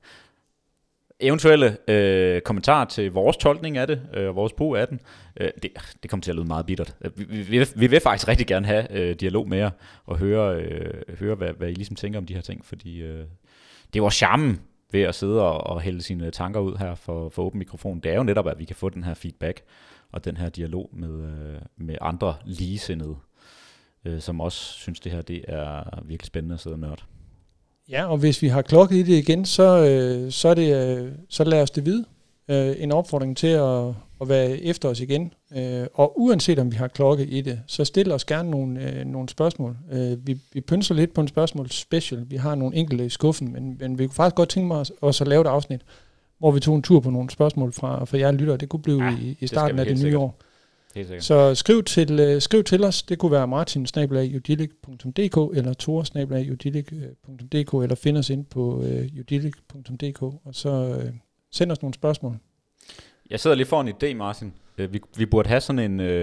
eventuelle kommentarer til vores tolkning af det, vores brug af den. Det kommer til at lyde meget bittert. Vi vil faktisk rigtig gerne have dialog med jer, og høre hvad I ligesom tænker om de her ting, fordi det er jo charmen ved at sidde og hælde sine tanker ud her for åben mikrofon. Det er jo netop, at vi kan få den her feedback, og den her dialog med andre ligesindede, som også synes, det her det er virkelig spændende at sidde og nørde. Ja, og hvis vi har klokket i det igen, så lad os det vide. En opfordring til at være efter os igen. Og uanset om vi har klokket i det, så stil os gerne nogle spørgsmål. Vi pynser lidt på en spørgsmål special. Vi har nogle enkelte i skuffen, men vi kunne faktisk godt tænke mig os at lave et afsnit, hvor vi tog en tur på nogle spørgsmål fra jer lyttere. Det kunne blive i starten af det nye år. Så skriv til os. Det kunne være martin@udilic.dk eller tor@udilic.dk, eller find os ind på udilic.dk, og så send os nogle spørgsmål. Jeg sidder lige for en idé, Martin. Vi burde have sådan en...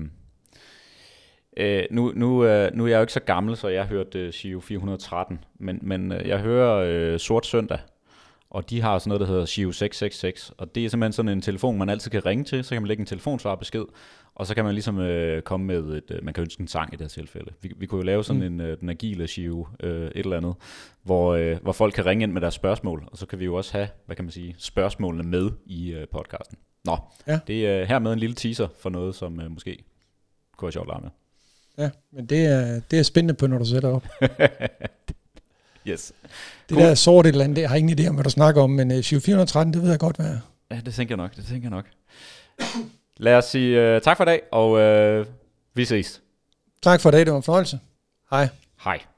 Nu er jeg jo ikke så gammel, så jeg har hørt Giro 413, men jeg hører Sort Søndag, og de har sådan noget, der hedder Giro 666, og det er simpelthen sådan en telefon, man altid kan ringe til, så kan man lægge en telefonsvarbesked, og så kan man ligesom komme med man kan ønske en sang i det her tilfælde. Vi kunne jo lave sådan den agile Giro, et eller andet, hvor folk kan ringe ind med deres spørgsmål, og så kan vi jo også have, hvad kan man sige, spørgsmålene med i podcasten. Nå, det er hermed en lille teaser for noget, som måske kunne være sjovt at lege med. Ja, men det er spændende på, når du sætter op. Yes. Det der sorte eller andet, jeg har ingen idé om, hvad du snakker om, men 413, det ved jeg godt, hvad er. Ja, det tænker jeg nok. Lad os sige tak for i dag, og vi ses. Tak for i dag, det var en fornøjelse. Hej. Hej.